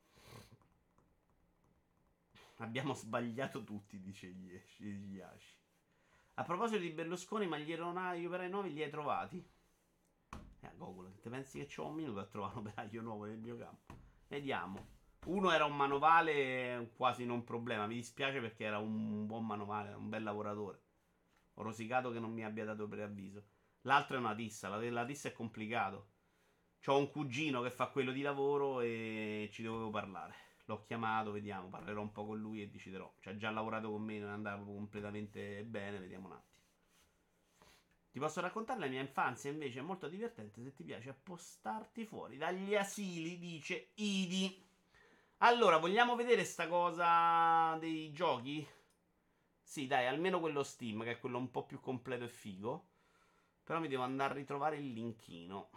Abbiamo sbagliato tutti, dice gli Aci. A proposito di Berlusconi, ma gli operai nuovi li hai trovati? Eh, a Google, te pensi che c'ho un minuto a trovare un operaio nuovo nel mio campo? Vediamo. Uno era un manovale, quasi non un problema. Mi dispiace perché era un buon manovale, un bel lavoratore. Ho rosicato che non mi abbia dato preavviso. L'altro è una tissa. La, la tissa è complicato. C'ho un cugino che fa quello di lavoro e ci dovevo parlare. L'ho chiamato, vediamo. Parlerò un po' con lui e deciderò. Ci ha già lavorato con me, non andava completamente bene. Vediamo un attimo. Ti posso raccontare la mia infanzia invece, è molto divertente se ti piace appostarti fuori dagli asili, dice Idi. Allora, vogliamo vedere sta cosa dei giochi? Sì, dai, almeno quello Steam, che è quello un po' più completo e figo. Però mi devo andare a ritrovare il linkino.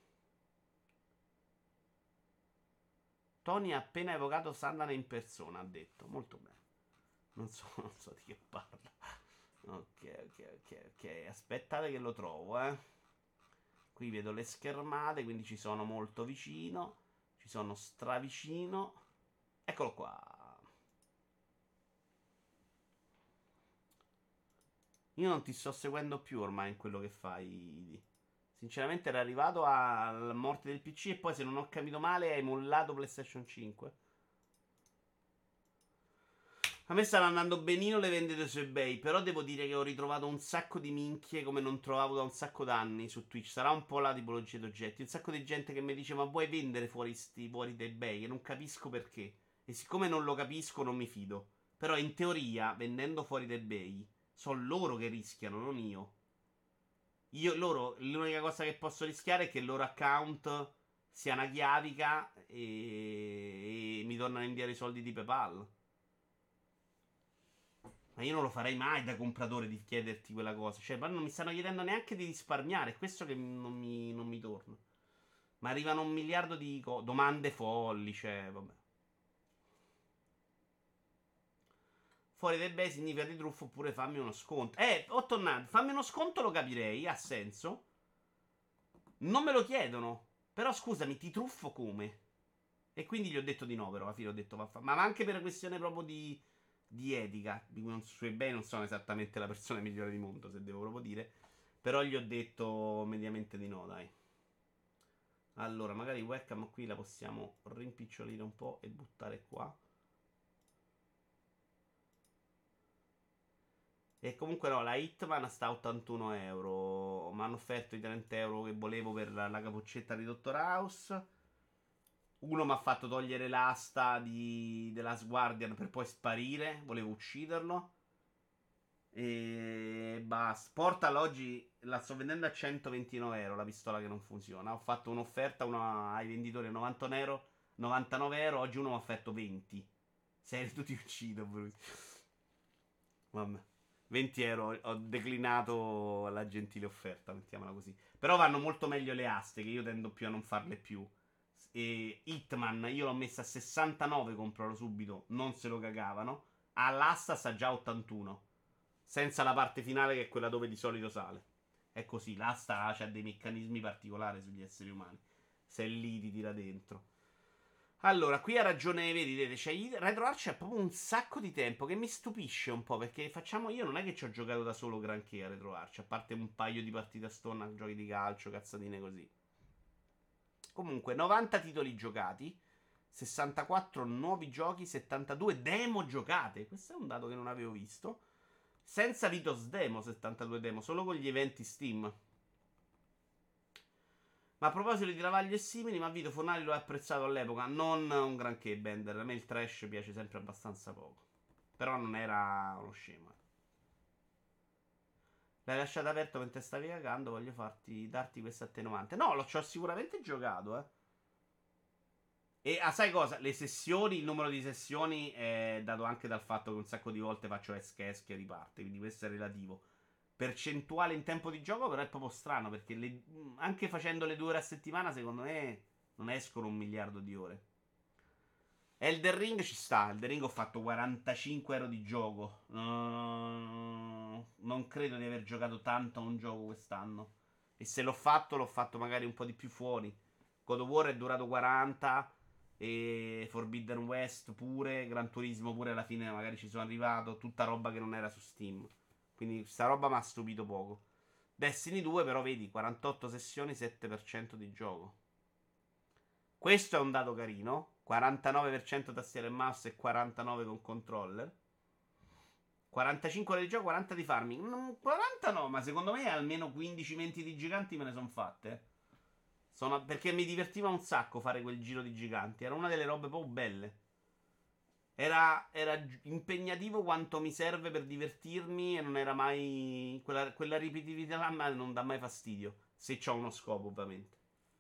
Tony ha appena evocato Sandana in persona, ha detto. Molto bene. Non so, non so di che parla. Ok, ok, ok, ok. Aspettate che lo trovo, eh. Qui vedo le schermate, quindi ci sono molto vicino. Ci sono stravicino. Eccolo qua. Io non ti sto seguendo più ormai in quello che fai, Idi. Sinceramente era arrivato alla morte del P C e poi se non ho capito male hai mollato PlayStation cinque. A me stanno andando benino le vendite su eBay, però devo dire che ho ritrovato un sacco di minchie come non trovavo da un sacco d'anni su Twitch. Sarà un po' la tipologia di oggetti. Un sacco di gente che mi dice ma vuoi vendere fuori sti fuori da eBay? E non capisco perché. E siccome non lo capisco non mi fido. Però in teoria, vendendo fuori da eBay, sono loro che rischiano, non io. Io, loro, l'unica cosa che posso rischiare è che il loro account sia una chiavica e, e mi tornano a inviare i soldi di PayPal. Ma io non lo farei mai da compratore di chiederti quella cosa. Cioè, ma non mi stanno chiedendo neanche di risparmiare. È questo che non mi, non mi torna. Ma arrivano un miliardo di co- domande folli. Cioè, vabbè. Fuori dai bei significa di truffo oppure fammi uno sconto. Eh, ho tornato. Fammi uno sconto lo capirei. Ha senso. Non me lo chiedono. Però scusami, ti truffo come? E quindi gli ho detto di no, però alla fine ho detto vaffa. Ma anche per questione proprio di, di etica. Di cui non, su eBay non sono esattamente la persona migliore del mondo, se devo proprio dire. Però gli ho detto mediamente di no, dai. Allora, magari webcam qui la possiamo rimpicciolire un po' e buttare qua. E comunque no, la Hitman sta a ottantuno euro. Mi hanno offerto i trenta euro che volevo per la, la capoccetta di Dottor House. Uno mi ha fatto togliere l'asta di, The Last Guardian per poi sparire. Volevo ucciderlo. E basta. Portal oggi la sto vendendo a centoventinove euro. La pistola che non funziona. Ho fatto un'offerta una, ai venditori a novantanove euro. novantanove euro. Oggi uno mi ha offerto venti. Se tu ti uccido, Bruce. Vabbè. venti euro. Ho declinato la gentile offerta. Mettiamola così. Però vanno molto meglio le aste. Che io tendo più a non farle più. E Hitman io l'ho messa a sessantanove, compralo subito, non se lo cagavano. All'asta sta già a ottantuno, senza la parte finale che è quella dove di solito sale. È così, l'asta ha dei meccanismi particolari sugli esseri umani. Se lì ti tira dentro. Allora, qui ha ragione, vedete, c'è RetroArch ha proprio un sacco di tempo che mi stupisce un po' perché facciamo io non è che ci ho giocato da solo granché a RetroArch, a parte un paio di partite a stonna, giochi di calcio, cazzatine così. Comunque, novanta titoli giocati, sessantaquattro nuovi giochi, settantadue demo giocate. Questo è un dato che non avevo visto. Senza Vitos Demo, settantadue demo, solo con gli eventi Steam. Ma a proposito di Travaglio e simili, ma Vito Fornali lo ha apprezzato all'epoca. Non un granché, Bender. A me il trash piace sempre abbastanza poco. Però non era uno scemo. L'hai lasciato aperto mentre stavi cagando. Voglio farti, darti questa attenuante. No, lo ci ho sicuramente giocato, eh. E ah, sai cosa? Le sessioni, il numero di sessioni è dato anche dal fatto che un sacco di volte faccio esche esche e riparte. Quindi questo è relativo. Percentuale in tempo di gioco, però è proprio strano. Perché le- anche facendo le due ore a settimana, secondo me, non escono un miliardo di ore. Elden Ring ci sta. Elden Ring ho fatto quarantacinque euro di gioco. No, non credo di aver giocato tanto a un gioco quest'anno. E se l'ho fatto, l'ho fatto magari un po' di più fuori. God of War è durato quaranta. E Forbidden West pure. Gran Turismo pure alla fine magari ci sono arrivato. Tutta roba che non era su Steam. Quindi sta roba mi ha stupito poco. Destiny due però vedi, quarantotto sessioni, sette per cento di gioco. Questo è un dato carino. quarantanove per cento tastiera e mouse e quarantanove con controller. quarantacinque ore di gioco, quaranta di farming. Mm, quaranta no, ma secondo me almeno quindici venti di giganti me ne sono fatte. Sono, perché mi divertiva un sacco fare quel giro di giganti. Era una delle robe proprio belle. Era, era impegnativo quanto mi serve per divertirmi e non era mai... Quella, quella ripetitività là non dà mai fastidio. Se c'ho uno scopo, ovviamente.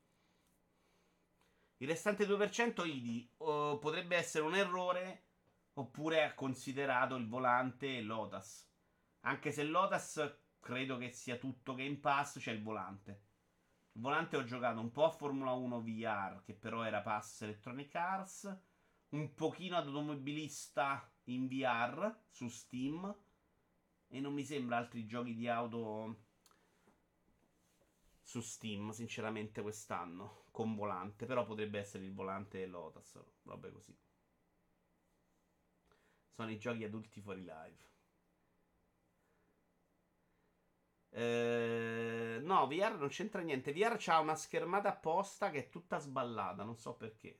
Il restante due per cento I D I oh, potrebbe essere un errore oppure ha considerato il volante e Lotus. Anche se Lotus credo che sia tutto Game Pass, c'è il volante. Il volante ho giocato un po' a Formula uno V R, che però era Pass Electronic Arts, un pochino ad automobilista in V R su Steam e non mi sembra altri giochi di auto su Steam, sinceramente, quest'anno con volante. Però potrebbe essere il volante e Lotus, robe così. Sono i giochi adulti fuori live. Eh, no, V R non c'entra niente. V R c'ha una schermata apposta che è tutta sballata, non so perché.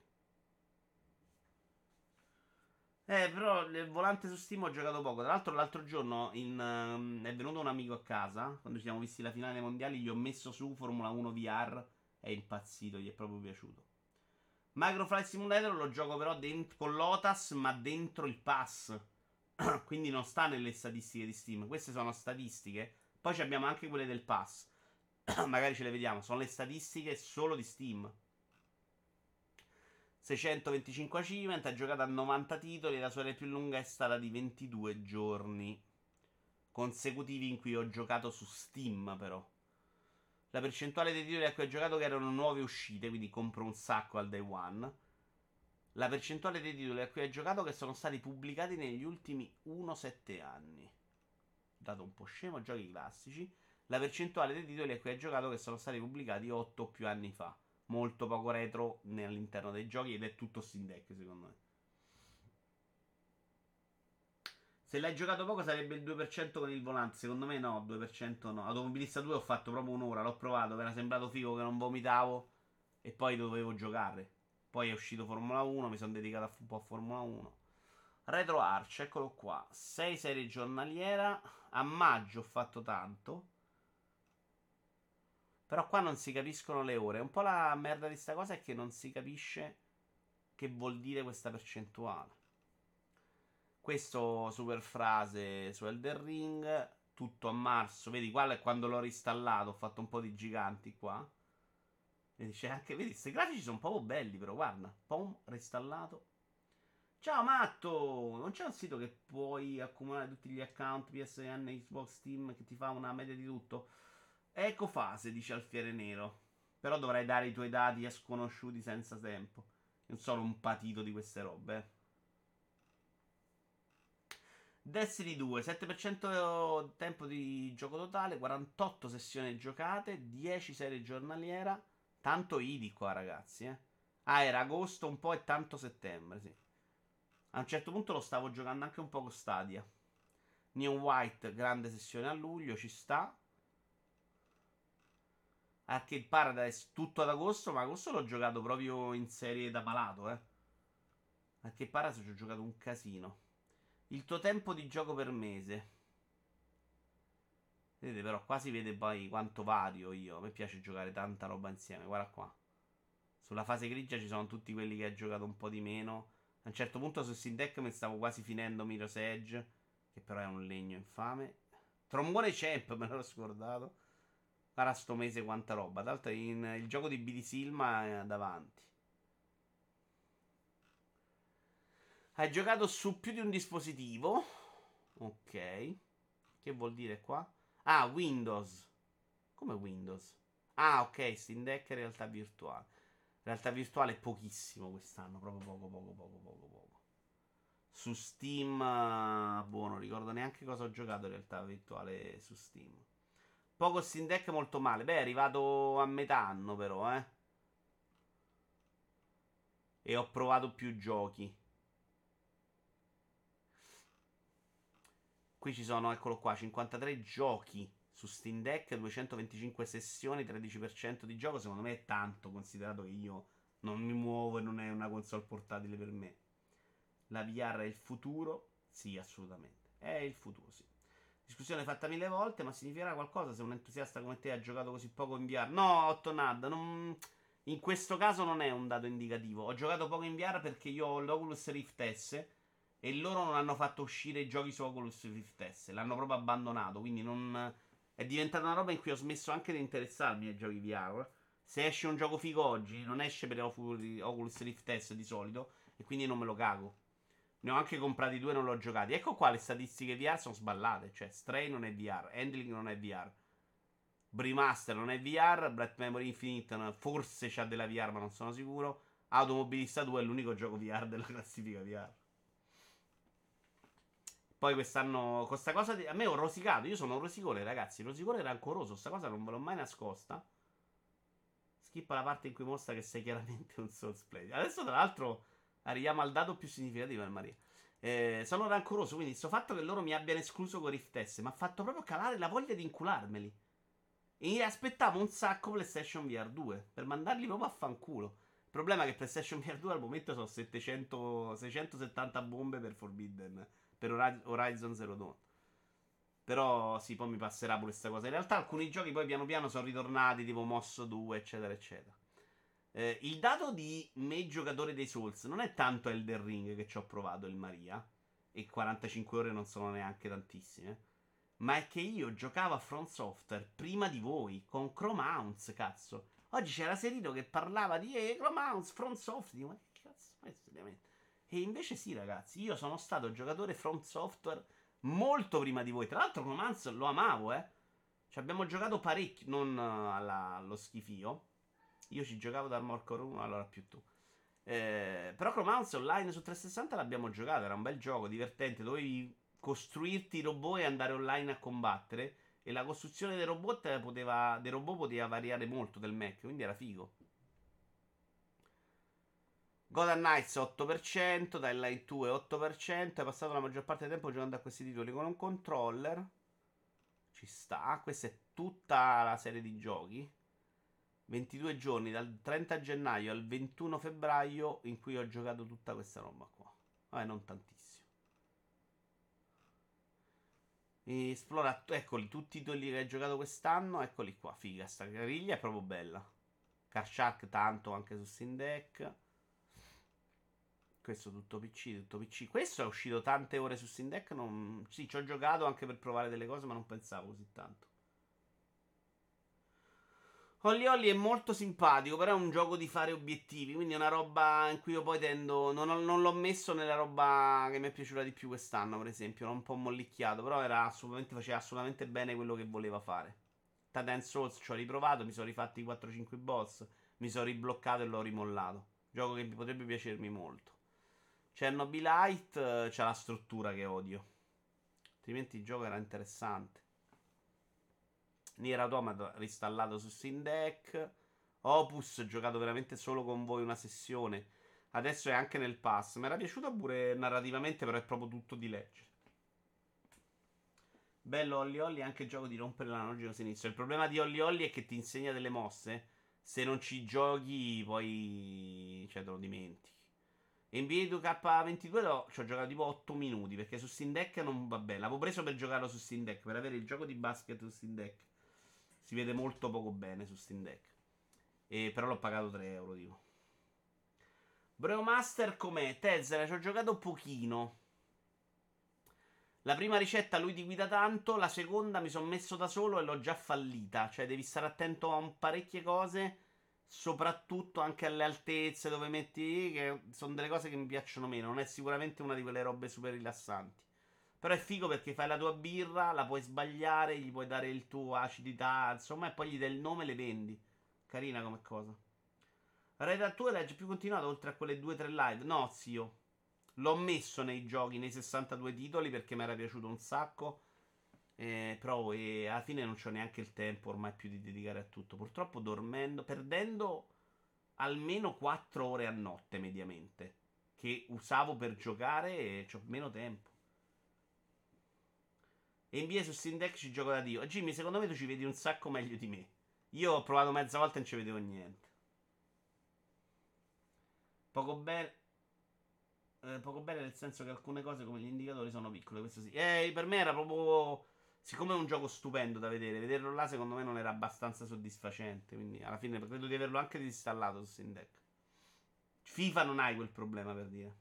Eh, però il volante su Steam ho giocato poco. Tra l'altro, l'altro giorno in, ehm, è venuto un amico a casa. Quando ci siamo visti la finale dei mondiali, gli ho messo su Formula uno V R. È impazzito, gli è proprio piaciuto. Micro Flight Simulator lo gioco però dent- con Lotus, ma dentro il pass. Quindi non sta nelle statistiche di Steam. Queste sono statistiche. Poi abbiamo anche quelle del pass. Magari ce le vediamo. Sono le statistiche solo di Steam. seicentoventicinque achievement, ha giocato a novanta titoli e la sua più lunga è stata di ventidue giorni consecutivi in cui ho giocato su Steam però. La percentuale dei titoli a cui ho giocato che erano nuove uscite, quindi compro un sacco al day one. La percentuale dei titoli a cui ho giocato che sono stati pubblicati negli ultimi uno sette anni. Dato un po' scemo, giochi classici. La percentuale dei titoli a cui ho giocato che sono stati pubblicati otto o più anni fa. Molto poco retro all'interno dei giochi ed è tutto Steam Deck secondo me. Se l'hai giocato poco sarebbe il due per cento con il volante. Secondo me no, due per cento no. Automobilista due ho fatto proprio un'ora, l'ho provato, mi era sembrato figo che non vomitavo e poi dovevo giocare. Poi è uscito Formula uno, mi sono dedicato un po' a Formula uno. Retro Arch, eccolo qua. sei serie giornaliera. A maggio ho fatto tanto. Però qua non si capiscono le ore. Un po' la merda di sta cosa è che non si capisce che vuol dire questa percentuale. Questo super frase su Elden Ring. Tutto a marzo. Vedi, qua è quando l'ho installato. Ho fatto un po' di giganti qua. E dice anche, vedi, questi grafici sono proprio belli, però guarda. Pom, reinstallato. Ciao Matto! Non c'è un sito che puoi accumulare tutti gli account P S N, Xbox, Steam che ti fa una media di tutto? Ecco fase, dice Alfiere Nero. Però dovrai dare i tuoi dati a sconosciuti senza tempo. Non sono un patito di queste robe. eh. Destiny due, sette per cento tempo di gioco totale, quarantotto sessioni giocate, dieci serie giornaliera. Tanto I D I qua, ragazzi, eh. Ah, era agosto un po' e tanto settembre, sì. A un certo punto lo stavo giocando anche un po' con Stadia. New White, grande sessione a luglio, ci sta. Arcade Paradise tutto ad agosto, ma agosto l'ho giocato proprio in serie da malato, eh. Arcade Paradise ci ho giocato un casino. Il tuo tempo di gioco per mese. Vedete però, qua si vede poi quanto vario io. A me piace giocare tanta roba insieme. Guarda qua. Sulla fase grigia ci sono tutti quelli che ha giocato un po' di meno. A un certo punto su Steam Deck mi stavo quasi finendo Mirror's Edge, che però è un legno infame. Trombone Champ, me l'ero scordato. Guarda sto mese quanta roba. D'altro in, il gioco di B D Silma è davanti. Hai giocato su più di un dispositivo. Ok. Che vuol dire qua? Ah, Windows. Come Windows? Ah, ok, Steam Deck e realtà virtuale. Realtà virtuale pochissimo quest'anno, proprio poco, poco, poco, poco, poco. Su Steam, eh, boh, non ricordo neanche cosa ho giocato in realtà virtuale su Steam. Poco Steam Deck molto male. Beh, è arrivato a metà anno però, eh. E ho provato più giochi. Qui ci sono, eccolo qua, cinquantatré giochi su Steam Deck, duecentoventicinque sessioni, tredici per cento di gioco. Secondo me è tanto, considerato che io non mi muovo e non è una console portatile per me. La V R è il futuro? Sì, assolutamente. È il futuro, sì. Discussione fatta mille volte, ma significherà qualcosa se un entusiasta come te ha giocato così poco in V R? No, Ottonad, non... in questo caso non è un dato indicativo. Ho giocato poco in V R perché io ho l'Oculus Rift S e loro non hanno fatto uscire i giochi su Oculus Rift S. L'hanno proprio abbandonato, quindi non... è diventata una roba in cui ho smesso anche di interessarmi ai giochi V R. Se esce un gioco figo oggi, non esce per Oculus Rift S di solito, e quindi non me lo cago. Ne ho anche comprati due e non l'ho giocati. Ecco qua le statistiche V R sono sballate. Cioè, Stray non è V R, Handling non è V R, Bremaster non è V R, Bright Memory Infinite forse c'ha della V R ma non sono sicuro. Automobilista due è l'unico gioco V R della classifica V R. Poi quest'anno, con sta cosa di... a me ho rosicato, io sono un rosicone ragazzi, rosicone rancoroso, sta cosa non ve l'ho mai nascosta. Skippa la parte in cui mostra che sei chiaramente un Souls Play. Adesso tra l'altro arriviamo al dato più significativo del Maria. Eh, sono rancoroso, quindi sto fatto che loro mi abbiano escluso con Rift S mi ha fatto proprio calare la voglia di incularmeli. E aspettavo un sacco PlayStation V R due per mandarli proprio a fanculo. Il problema è che PlayStation V R due al momento sono settecento, seicentosettanta bombe per Forbidden, per Horizon Zero Dawn. Però sì, poi mi passerà pure questa cosa. In realtà alcuni giochi poi piano piano sono ritornati, tipo Mosso due, eccetera, eccetera. Eh, il dato di me giocatore dei Souls non è tanto Elden Ring che ci ho provato il Maria, e quarantacinque ore non sono neanche tantissime, ma è che io giocavo a From Software prima di voi, con Chromounts, cazzo. Oggi c'era Serino che parlava di eh, Chromounts, From Software, dico, ma che cazzo è seriamente? E invece sì, ragazzi, io sono stato giocatore From Software molto prima di voi. Tra l'altro Chromounts lo amavo, eh. Ci abbiamo giocato parecchio, non uh, alla- allo schifio. Io ci giocavo da Armor Core uno, allora più tu. Eh, però Chromounce online su trecentosessanta l'abbiamo giocato, era un bel gioco, divertente, dovevi costruirti i robot e andare online a combattere. E la costruzione dei robot poteva, dei robot poteva variare molto del Mac, quindi era figo. Gotham Knights otto per cento, Dying Light due otto per cento. Hai passato la maggior parte del tempo giocando a questi titoli con un controller. Ci sta, questa è tutta la serie di giochi. ventidue giorni dal trenta gennaio al ventuno febbraio in cui ho giocato tutta questa roba qua. Vabbè, non tantissimo. Esplora, eccoli tutti i titoli che hai giocato quest'anno. Eccoli qua, figa. Sta griglia è proprio bella. Car Shark tanto anche su Steam Deck. Questo tutto P C, tutto P C. Questo è uscito tante ore su Steam Deck. Non... Sì, ci ho giocato anche per provare delle cose, ma non pensavo così tanto. Holly Holly è molto simpatico, però è un gioco di fare obiettivi, quindi è una roba in cui io poi tendo... Non, ho- non l'ho messo nella roba che mi è piaciuta di più quest'anno, per esempio, l'ho un po' mollicchiato, però era assolutamente, faceva assolutamente bene quello che voleva fare. Dance Souls ci ho riprovato, mi sono rifatti i quattro cinque boss, mi sono ribloccato e l'ho rimollato. Gioco che potrebbe piacermi molto. Chernobylite eh, c'ha la struttura che odio, altrimenti il gioco era interessante. Nier Automata ristallato su Steam Deck. Opus giocato veramente solo con voi una sessione. Adesso è anche nel pass. Mi era piaciuto pure narrativamente, però è proprio tutto di leggere. Bello Holly Holly, anche il gioco di rompere l'analogico sinistro. Il problema di Holly Holly è che ti insegna delle mosse. Se non ci giochi, poi cioè, te lo dimentichi. N B A due K ventidue no, ci ho giocato tipo otto minuti perché su Steam Deck non va bene. L'avevo preso per giocarlo su Steam Deck, per avere il gioco di basket su Steam Deck. Si vede molto poco bene su Steam Deck. E però l'ho pagato tre euro tipo. Brewmaster com'è? Tezzera, ci ho giocato pochino. La prima ricetta lui ti guida tanto, la seconda mi sono messo da solo e l'ho già fallita. Cioè devi stare attento a parecchie cose, soprattutto anche alle altezze dove metti, che sono delle cose che mi piacciono meno. Non è sicuramente una di quelle robe super rilassanti. Però è figo perché fai la tua birra, la puoi sbagliare, gli puoi dare il tuo acidità, insomma, e poi gli dai il nome e le vendi. Carina come cosa. Red Dead due legge più continuato oltre a quelle due tre live. No, zio. L'ho messo nei giochi, nei sessantadue titoli perché mi era piaciuto un sacco. Eh, però eh, alla fine non c'ho neanche il tempo ormai più di dedicare a tutto. Purtroppo dormendo, perdendo almeno quattro ore a notte mediamente. Che usavo per giocare e ho meno tempo. E N B A su Steam Deck ci gioco da Dio. Jimmy, secondo me tu ci vedi un sacco meglio di me. Io ho provato mezza volta e non ci vedevo niente. Poco bene. Eh, poco bene nel senso che alcune cose come gli indicatori sono piccole, questo sì. Eh, per me era proprio... Siccome è un gioco stupendo da vedere, vederlo là secondo me non era abbastanza soddisfacente. Quindi alla fine credo di averlo anche disinstallato su Steam Deck. FIFA non hai quel problema per dire.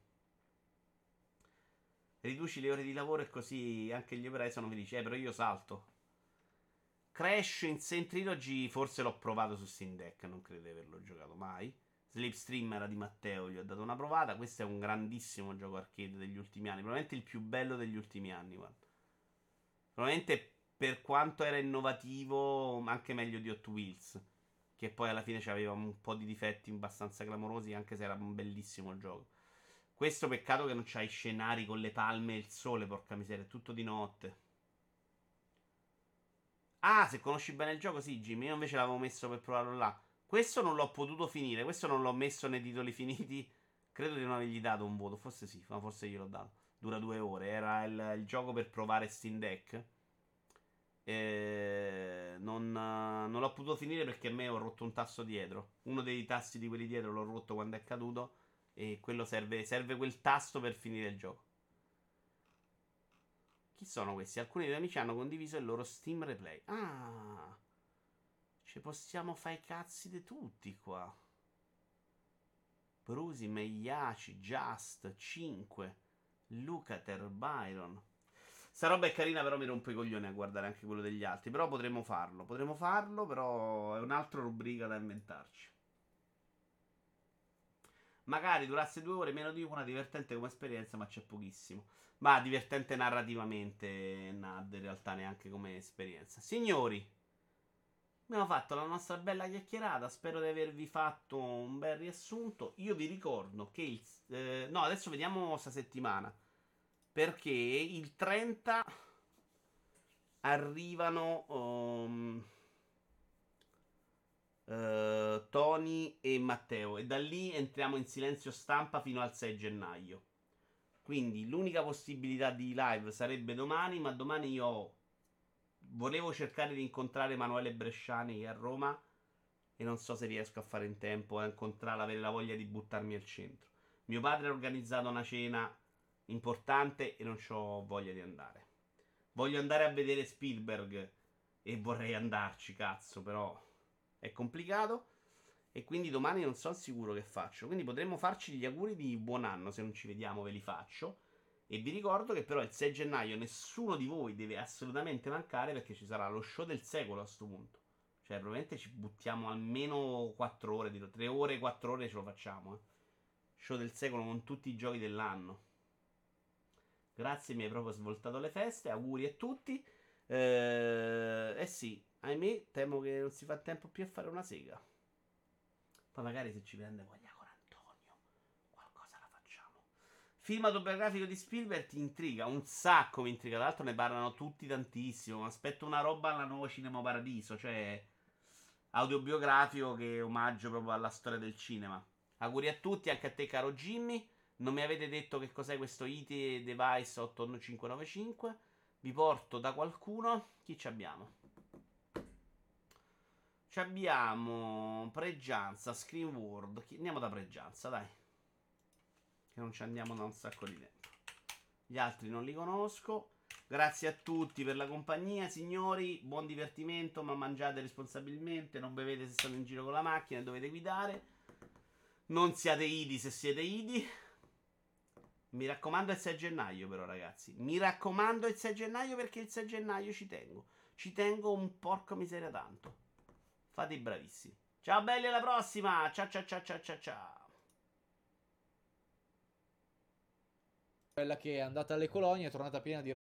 Riduci le ore di lavoro e così anche gli operai sono felici. Eh, però io salto. Crash in Saint Trilogy forse l'ho provato su Steam Deck, non credo di averlo giocato mai. Slipstream era di Matteo, gli ho dato una provata. Questo è un grandissimo gioco arcade degli ultimi anni. Probabilmente il più bello degli ultimi anni. Guarda. Probabilmente per quanto era innovativo, anche meglio di Hot Wheels. Che poi alla fine aveva un po' di difetti abbastanza clamorosi, anche se era un bellissimo gioco. Questo peccato che non c'hai scenari con le palme e il sole, porca miseria, è tutto di notte. Ah, se conosci bene il gioco, sì, Jimmy. Io invece l'avevo messo per provarlo là. Questo non l'ho potuto finire. Questo non l'ho messo nei titoli finiti. Credo di non avergli dato un voto. Forse sì, ma forse gliel'ho dato. Dura due ore. Era il, il gioco per provare Steam Deck. E non, non l'ho potuto finire perché a me ho rotto un tasto dietro. Uno dei tasti di quelli dietro l'ho rotto quando è caduto. E quello serve, serve quel tasto per finire il gioco. Chi sono questi? Alcuni dei miei amici hanno condiviso il loro Steam Replay. Ah, ci possiamo fare i cazzi di tutti qua. Brusi, Meiaci, Just, cinque, Lucater, Byron. Sta roba è carina, però mi rompo i coglioni a guardare anche quello degli altri. Però potremmo farlo. Potremmo farlo, però è un'altra rubrica da inventarci. Magari durasse due ore, meno di una, divertente come esperienza, ma c'è pochissimo. Ma divertente narrativamente, Nad, in realtà neanche come esperienza. Signori, abbiamo fatto la nostra bella chiacchierata. Spero di avervi fatto un bel riassunto. Io vi ricordo che il... Eh, no, adesso vediamo sta settimana. Perché il trenta arrivano... Um, Uh, Tony e Matteo. E da lì entriamo in silenzio stampa fino al sei gennaio. Quindi l'unica possibilità di live sarebbe domani. Ma domani io volevo cercare di incontrare Emanuele Bresciani che è a Roma. E non so se riesco a fare in tempo a incontrarla, avere la voglia di buttarmi al centro. Mio padre ha organizzato una cena importante e non ho voglia di andare. Voglio andare a vedere Spielberg e vorrei andarci, cazzo, però è complicato. E quindi domani non sono sicuro che faccio. Quindi potremmo farci gli auguri di buon anno. Se non ci vediamo, ve li faccio. E vi ricordo che però il sei gennaio nessuno di voi deve assolutamente mancare perché ci sarà lo show del secolo a sto punto. Cioè, probabilmente ci buttiamo almeno quattro ore, tre ore, quattro ore ce lo facciamo. Eh. Show del secolo con tutti i giochi dell'anno. Grazie, mi hai proprio svoltato le feste. Auguri a tutti. Eh, eh sì, ahimè, temo che non si fa tempo più a fare una sega. Poi magari se ci prende voglia con Antonio, qualcosa la facciamo. Film autobiografico di Spielberg ti intriga? Un sacco mi intriga. Tra l'altro ne parlano tutti tantissimo. Mi aspetto una roba alla nuova Cinema Paradiso, cioè autobiografico che omaggio proprio alla storia del cinema. Auguri a tutti, anche a te caro Jimmy. Non mi avete detto che cos'è questo I T Device otto cinque nove cinque. Vi porto da qualcuno. Chi ci abbiamo? Ci abbiamo Pregianza, Screen World. Andiamo da Pregianza, dai. che non ci andiamo da un sacco di tempo. Gli altri non li conosco. Grazie a tutti per la compagnia, signori. Buon divertimento, ma mangiate responsabilmente. Non bevete se state in giro con la macchina e dovete guidare. Non siate idi se siete idi. Mi raccomando il sei gennaio però, ragazzi. Mi raccomando il sei gennaio, perché il sei gennaio ci tengo. Ci tengo un porco miseria tanto. Fate i bravissimi. Ciao belli, alla prossima. Ciao ciao ciao ciao ciao ciao. Quella che è andata alle colonie è tornata piena di